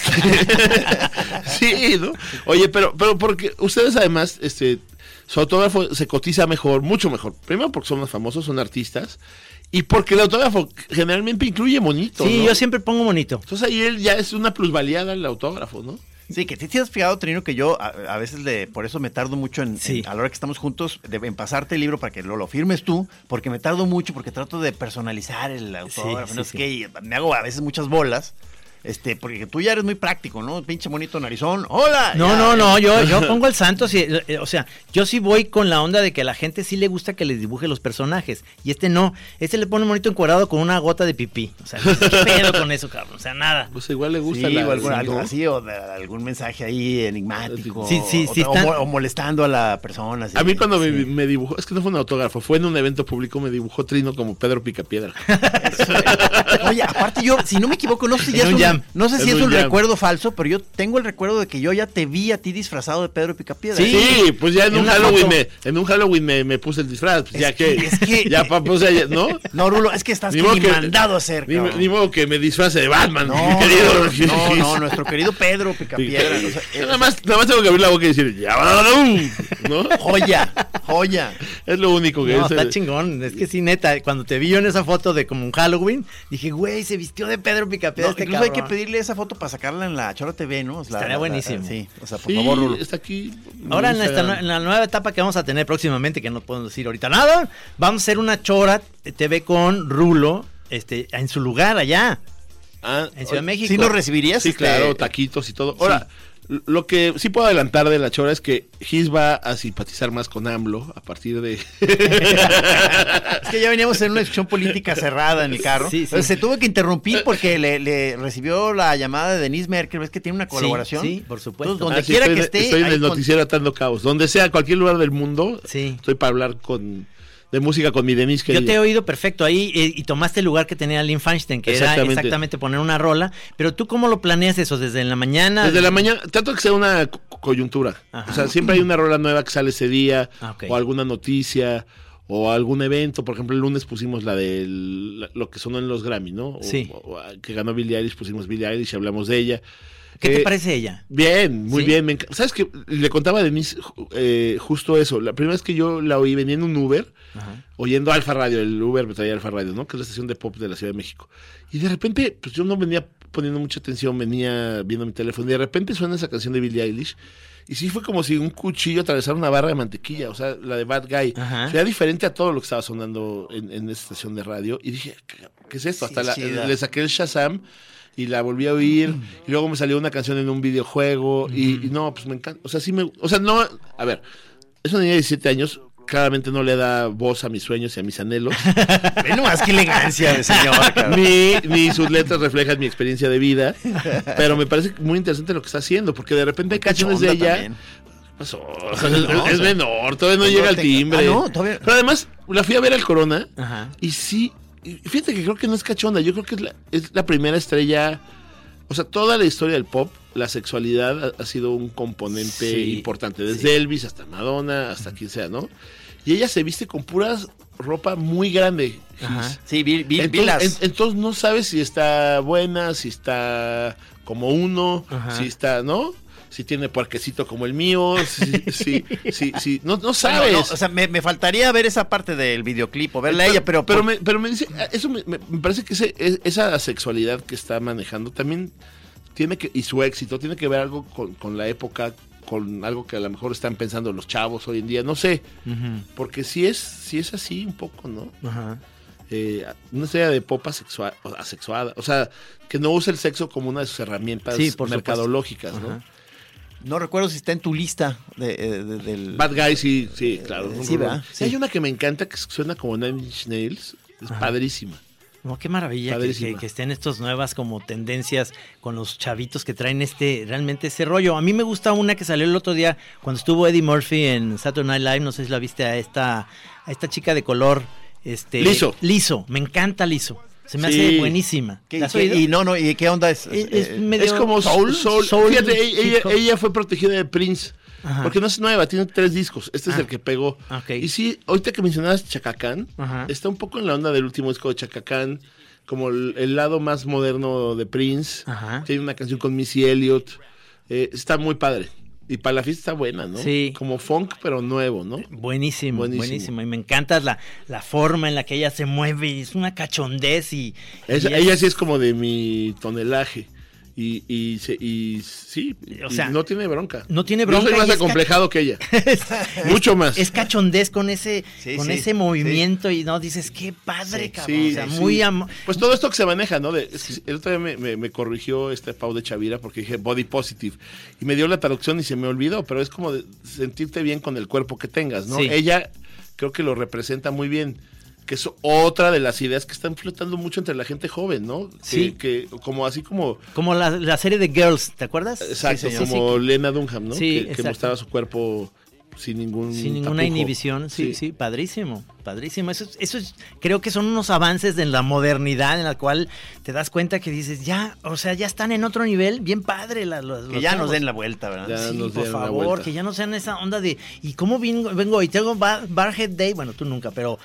Sí, ¿no? Oye, pero porque ustedes además, su autógrafo se cotiza mejor, mucho mejor. Primero porque son más famosos, son artistas. Y porque el autógrafo generalmente incluye monito. Sí, ¿no? yo siempre pongo monito. Entonces ahí él ya es una plusvaliada el autógrafo, ¿no? Sí, que te has fijado, Trino, que yo a veces por eso me tardo mucho a la hora que estamos juntos, en pasarte el libro para que lo firmes tú, porque me tardo mucho, porque trato de personalizar el autógrafo, que me hago a veces muchas bolas. Porque tú ya eres muy práctico, ¿no? Pinche bonito narizón. ¡Hola! No, yo pongo el santo, o sea, yo sí voy con la onda de que a la gente sí le gusta que les dibuje los personajes, y no, le pone bonito encuadrado con una gota de pipí. O sea, ¿qué pedo con eso, cabrón? O sea, nada. Pues igual le gusta algo así, o algún mensaje ahí enigmático. Sí, o molestando a la persona. A mí cuando me dibujó, es que no fue un autógrafo, fue en un evento público, me dibujó Trino como Pedro Picapiedra. Oye, aparte yo, si no me equivoco, no sé si es un recuerdo falso, pero yo tengo el recuerdo de que yo ya te vi a ti disfrazado de Pedro Picapiedra. Sí, pues ya en un Halloween me puse el disfraz, pues ya ¿no? No, Rulo, es que estás ni mandado a hacer, ni modo que me disfrace de Batman, No, nuestro querido Pedro Picapiedra. Nada más tengo que abrir la boca y decir, ¿no? Joya. Es lo único que es. Está chingón, es que sí, neta, cuando te vi yo en esa foto de como un Halloween, dije, güey, se vistió de Pedro Picapiedra incluso hay que pedirle esa foto para sacarla en la Chora TV, ¿no? Estaría buenísimo. Sí, o sea, por favor, Rulo. Está aquí. Ahora en la nueva etapa que vamos a tener próximamente, que no podemos decir ahorita nada, vamos a hacer una Chora TV con Rulo, en su lugar allá. En Ciudad de México. ¿Sí nos recibirías? Sí, claro, taquitos y todo. Ahora, lo que sí puedo adelantar de la Chora es que Gis va a simpatizar más con AMLO a partir de... Es que ya veníamos en una discusión política cerrada en el carro. Sí. Entonces se tuvo que interrumpir porque le recibió la llamada de Denise Merkel. ¿Ves que tiene una colaboración? Sí, por supuesto. Entonces, donde quiera que esté... Estoy en el noticiero atando caos. Donde sea, cualquier lugar del mundo, estoy para hablar de música con mi Denise. Yo te he oído perfecto ahí y tomaste el lugar que tenía Lynn Feinstein, que era exactamente poner una rola. Pero tú, ¿cómo lo planeas eso? ¿Desde la mañana? Desde la mañana, trato que sea una coyuntura. Ajá. O sea, siempre hay una rola nueva que sale ese día, o alguna noticia, o algún evento. Por ejemplo, el lunes pusimos la de lo que sonó en los Grammy, ¿no? Que ganó Billie Eilish, pusimos Billie Eilish y hablamos de ella. ¿Qué te parece ella? Bien, muy bien. ¿Sabes qué? Le contaba a Denise justo eso. La primera vez que yo la oí, venía en un Uber, oyendo Alfa Radio. El Uber me traía Alfa Radio, ¿no? Que es la estación de pop de la Ciudad de México. Y de repente, pues yo no venía poniendo mucha atención, venía viendo mi teléfono. Y de repente suena esa canción de Billie Eilish. Y sí fue como si un cuchillo atravesara una barra de mantequilla. O sea, la de Bad Guy. O sea, diferente a todo lo que estaba sonando en esa estación de radio. Y dije, ¿qué es esto? Hasta le saqué el Shazam. y la volví a oír, y luego me salió una canción en un videojuego, y no, pues me encanta. O sea, no, a ver, es una niña de 17 años, claramente no le da voz a mis sueños y a mis anhelos. Ve nomás qué elegancia de señor, cabrón. Ni sus letras reflejan mi experiencia de vida, pero me parece muy interesante lo que está haciendo, porque de repente hay canciones de ella... También. Pasó. Es menor, todavía no llega al timbre. Todavía... Pero además, la fui a ver al Corona, y sí, fíjate que creo que no es cachonda, yo creo que es la primera estrella, o sea, toda la historia del pop, la sexualidad ha sido un componente importante, desde Elvis hasta Madonna, hasta quien sea, ¿no? Y ella se viste con puras ropa muy grande. Sí, vi entonces no sabes si está buena, si está como uno, si está, ¿no? Si tiene puerquecito como el mío, no sabes. Bueno, o sea, me faltaría ver esa parte del videoclip o verla a ella, pero me dice, eso me parece que esa sexualidad que está manejando también tiene que, y su éxito, tiene que ver algo con la época, con algo que a lo mejor están pensando los chavos hoy en día, no sé, porque si es así un poco, ¿no? Una estrella de pop asexuada, o sea, que no usa el sexo como una de sus herramientas mercadológicas, ¿no? No recuerdo si está en tu lista del... Bad Guy, sí, claro. Sí, ¿verdad? Sí. Hay una que me encanta que suena como Nine Inch Nails, es padrísima. No, qué maravilla que estén estas nuevas como tendencias con los chavitos que traen realmente ese rollo. A mí me gusta una que salió el otro día cuando estuvo Eddie Murphy en Saturday Night Live, no sé si la viste, a esta chica de color, Lizzo, me encanta Lizzo. Se me hace buenísima. ¿La has oído? ¿Y qué onda es? Es como soul. Fíjate, ella fue protegida de Prince. Porque no es nueva, tiene 3 discos. Este es el que pegó. Okay. Y sí, ahorita que mencionabas Chaka Khan, está un poco en la onda del último disco de Chaka Khan, como el lado más moderno de Prince. Tiene una canción con Missy Elliott. Está muy padre. Y para la fiesta está buena, ¿no? Sí. Como funk, pero nuevo, ¿no? Buenísimo. Y me encanta la forma en la que ella se mueve. Es una cachondez ella sí es como de mi tonelaje. Y sí, o sea, no tiene bronca. No tiene bronca. Yo soy más acomplejado que ella. Mucho más. Es cachondez con ese movimiento y no dices, qué padre, cabrón. O sea, muy pues todo esto que se maneja, ¿no? El otro día me corrigió Pau de Chavira porque dije body positive y me dio la traducción y se me olvidó, pero es como de sentirte bien con el cuerpo que tengas, ¿no? Ella creo que lo representa muy bien. Que es otra de las ideas que están flotando mucho entre la gente joven, ¿no? Que como la serie de Girls, ¿te acuerdas? Exacto, como Lena Dunham, ¿no? Que mostraba su cuerpo sin ninguna tapujo. Inhibición, sí, padrísimo. Eso creo que son unos avances en la modernidad en la cual te das cuenta que dices, ya están en otro nivel, bien padre. Que ya nos den la vuelta, ¿verdad? Sí, por favor, que ya no sean esa onda de, ¿y cómo vengo y tengo Barhead Day? Bueno, tú nunca, pero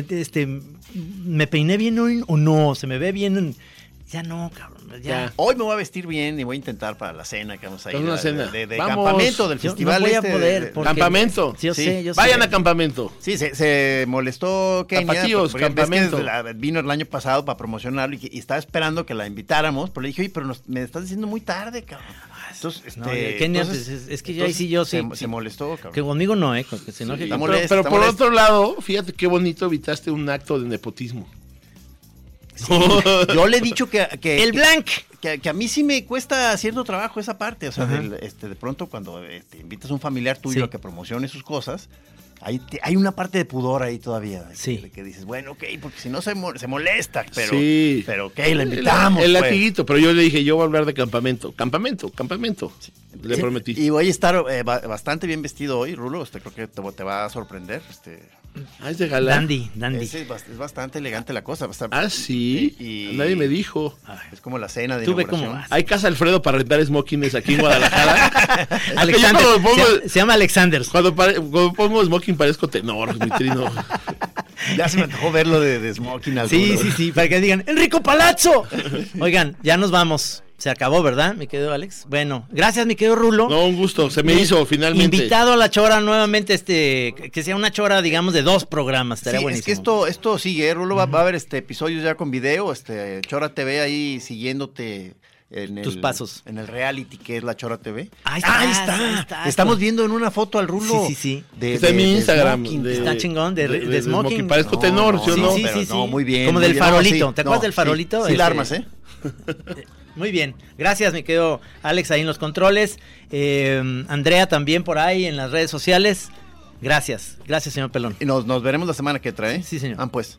¿me peiné bien hoy o no? ¿Se me ve bien? Ya no, cabrón. Ya. Hoy me voy a vestir bien y voy a intentar para la cena que vamos a ir. Una cena. De campamento del festival. No voy a poder. Campamento. Yo sé. Vayan a campamento. Sí, se molestó Kenia. Tapatíos, campamento. Vino el año pasado para promocionarlo y estaba esperando que la invitáramos, pero le dije, oye, pero me estás diciendo muy tarde, cabrón. Entonces, Kenia, es que yo sí. Se molestó, cabrón. Que conmigo no, que si no, pero por otro lado, fíjate qué bonito evitaste un acto de nepotismo. Sí, yo le he dicho que el blank que a mí sí me cuesta cierto trabajo esa parte, o sea, de pronto cuando invitas a un familiar tuyo a que promocione sus cosas, hay una parte de pudor ahí todavía, de que dices, bueno, ok, porque si no se molesta, pero ok, la invitamos. El latiguito, pero yo le dije, yo voy a hablar de campamento, sí. Le prometí. Y voy a estar bastante bien vestido hoy, Rulo, creo que te va a sorprender, es de galán. Dandy. Es bastante elegante la cosa. Sí. Nadie me dijo. Es como la cena de inauguración. Hay casa Alfredo para rentar smokings aquí en Guadalajara. Alexander. Se llama Alexander. Cuando pongo smoking parezco tenor, mi trino. Ya se me antojó verlo de smoking. Sí, para que digan, ¡Enrico Palazzo! Oigan, ya nos vamos. Se acabó, ¿verdad, mi querido Alex? Bueno, gracias, mi querido Rulo. No, un gusto, se me hizo finalmente. Invitado a la Chora nuevamente, que sea una Chora, digamos, de 2 programas, estaría buenísimo. Es que esto sigue, Rulo, va a haber episodios ya con video, Chora TV ahí siguiéndote en tus pasos. En el reality que es la Chora TV. Ahí está. Estamos viendo en una foto al Rulo. Sí. Está en mi Instagram. Está chingón, de smoking. Parezco tenor, ¿sí o no? Sí. No, muy bien. Como del farolito, ¿te acuerdas del farolito? Sí, la armas, Muy bien, gracias mi querido Alex ahí en los controles, Andrea también por ahí en las redes sociales, gracias señor Pelón. Y nos veremos la semana que trae. Sí, señor. Pues.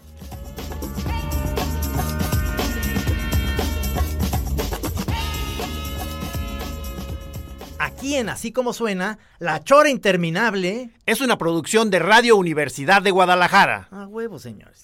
Aquí en Así Como Suena, La Chora Interminable es una producción de Radio Universidad de Guadalajara. A huevo, señores.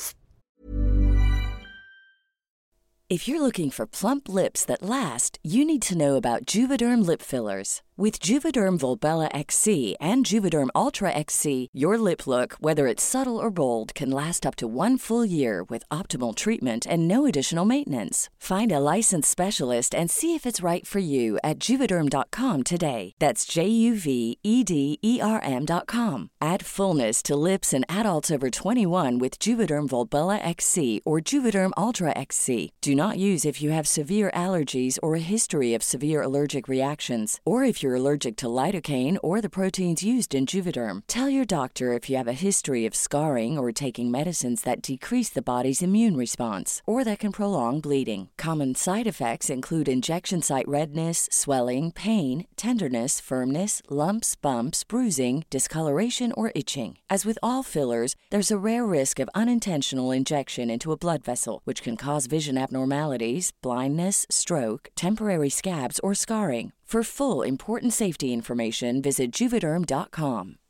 If you're looking for plump lips that last, you need to know about Juvederm lip fillers. With Juvederm Volbella XC and Juvederm Ultra XC, your lip look, whether it's subtle or bold, can last up to 1 full year with optimal treatment and no additional maintenance. Find a licensed specialist and see if it's right for you at Juvederm.com today. That's JUVEDERM.com. Add fullness to lips in adults over 21 with Juvederm Volbella XC or Juvederm Ultra XC. Do not use if you have severe allergies or a history of severe allergic reactions, or if you're allergic to lidocaine or the proteins used in Juvederm. Tell your doctor if you have a history of scarring or taking medicines that decrease the body's immune response or that can prolong bleeding. Common side effects include injection site redness, swelling, pain, tenderness, firmness, lumps, bumps, bruising, discoloration, or itching. As with all fillers, there's a rare risk of unintentional injection into a blood vessel, which can cause vision abnormalities, blindness, stroke, temporary scabs, or scarring. For full, important safety information, visit Juvederm.com.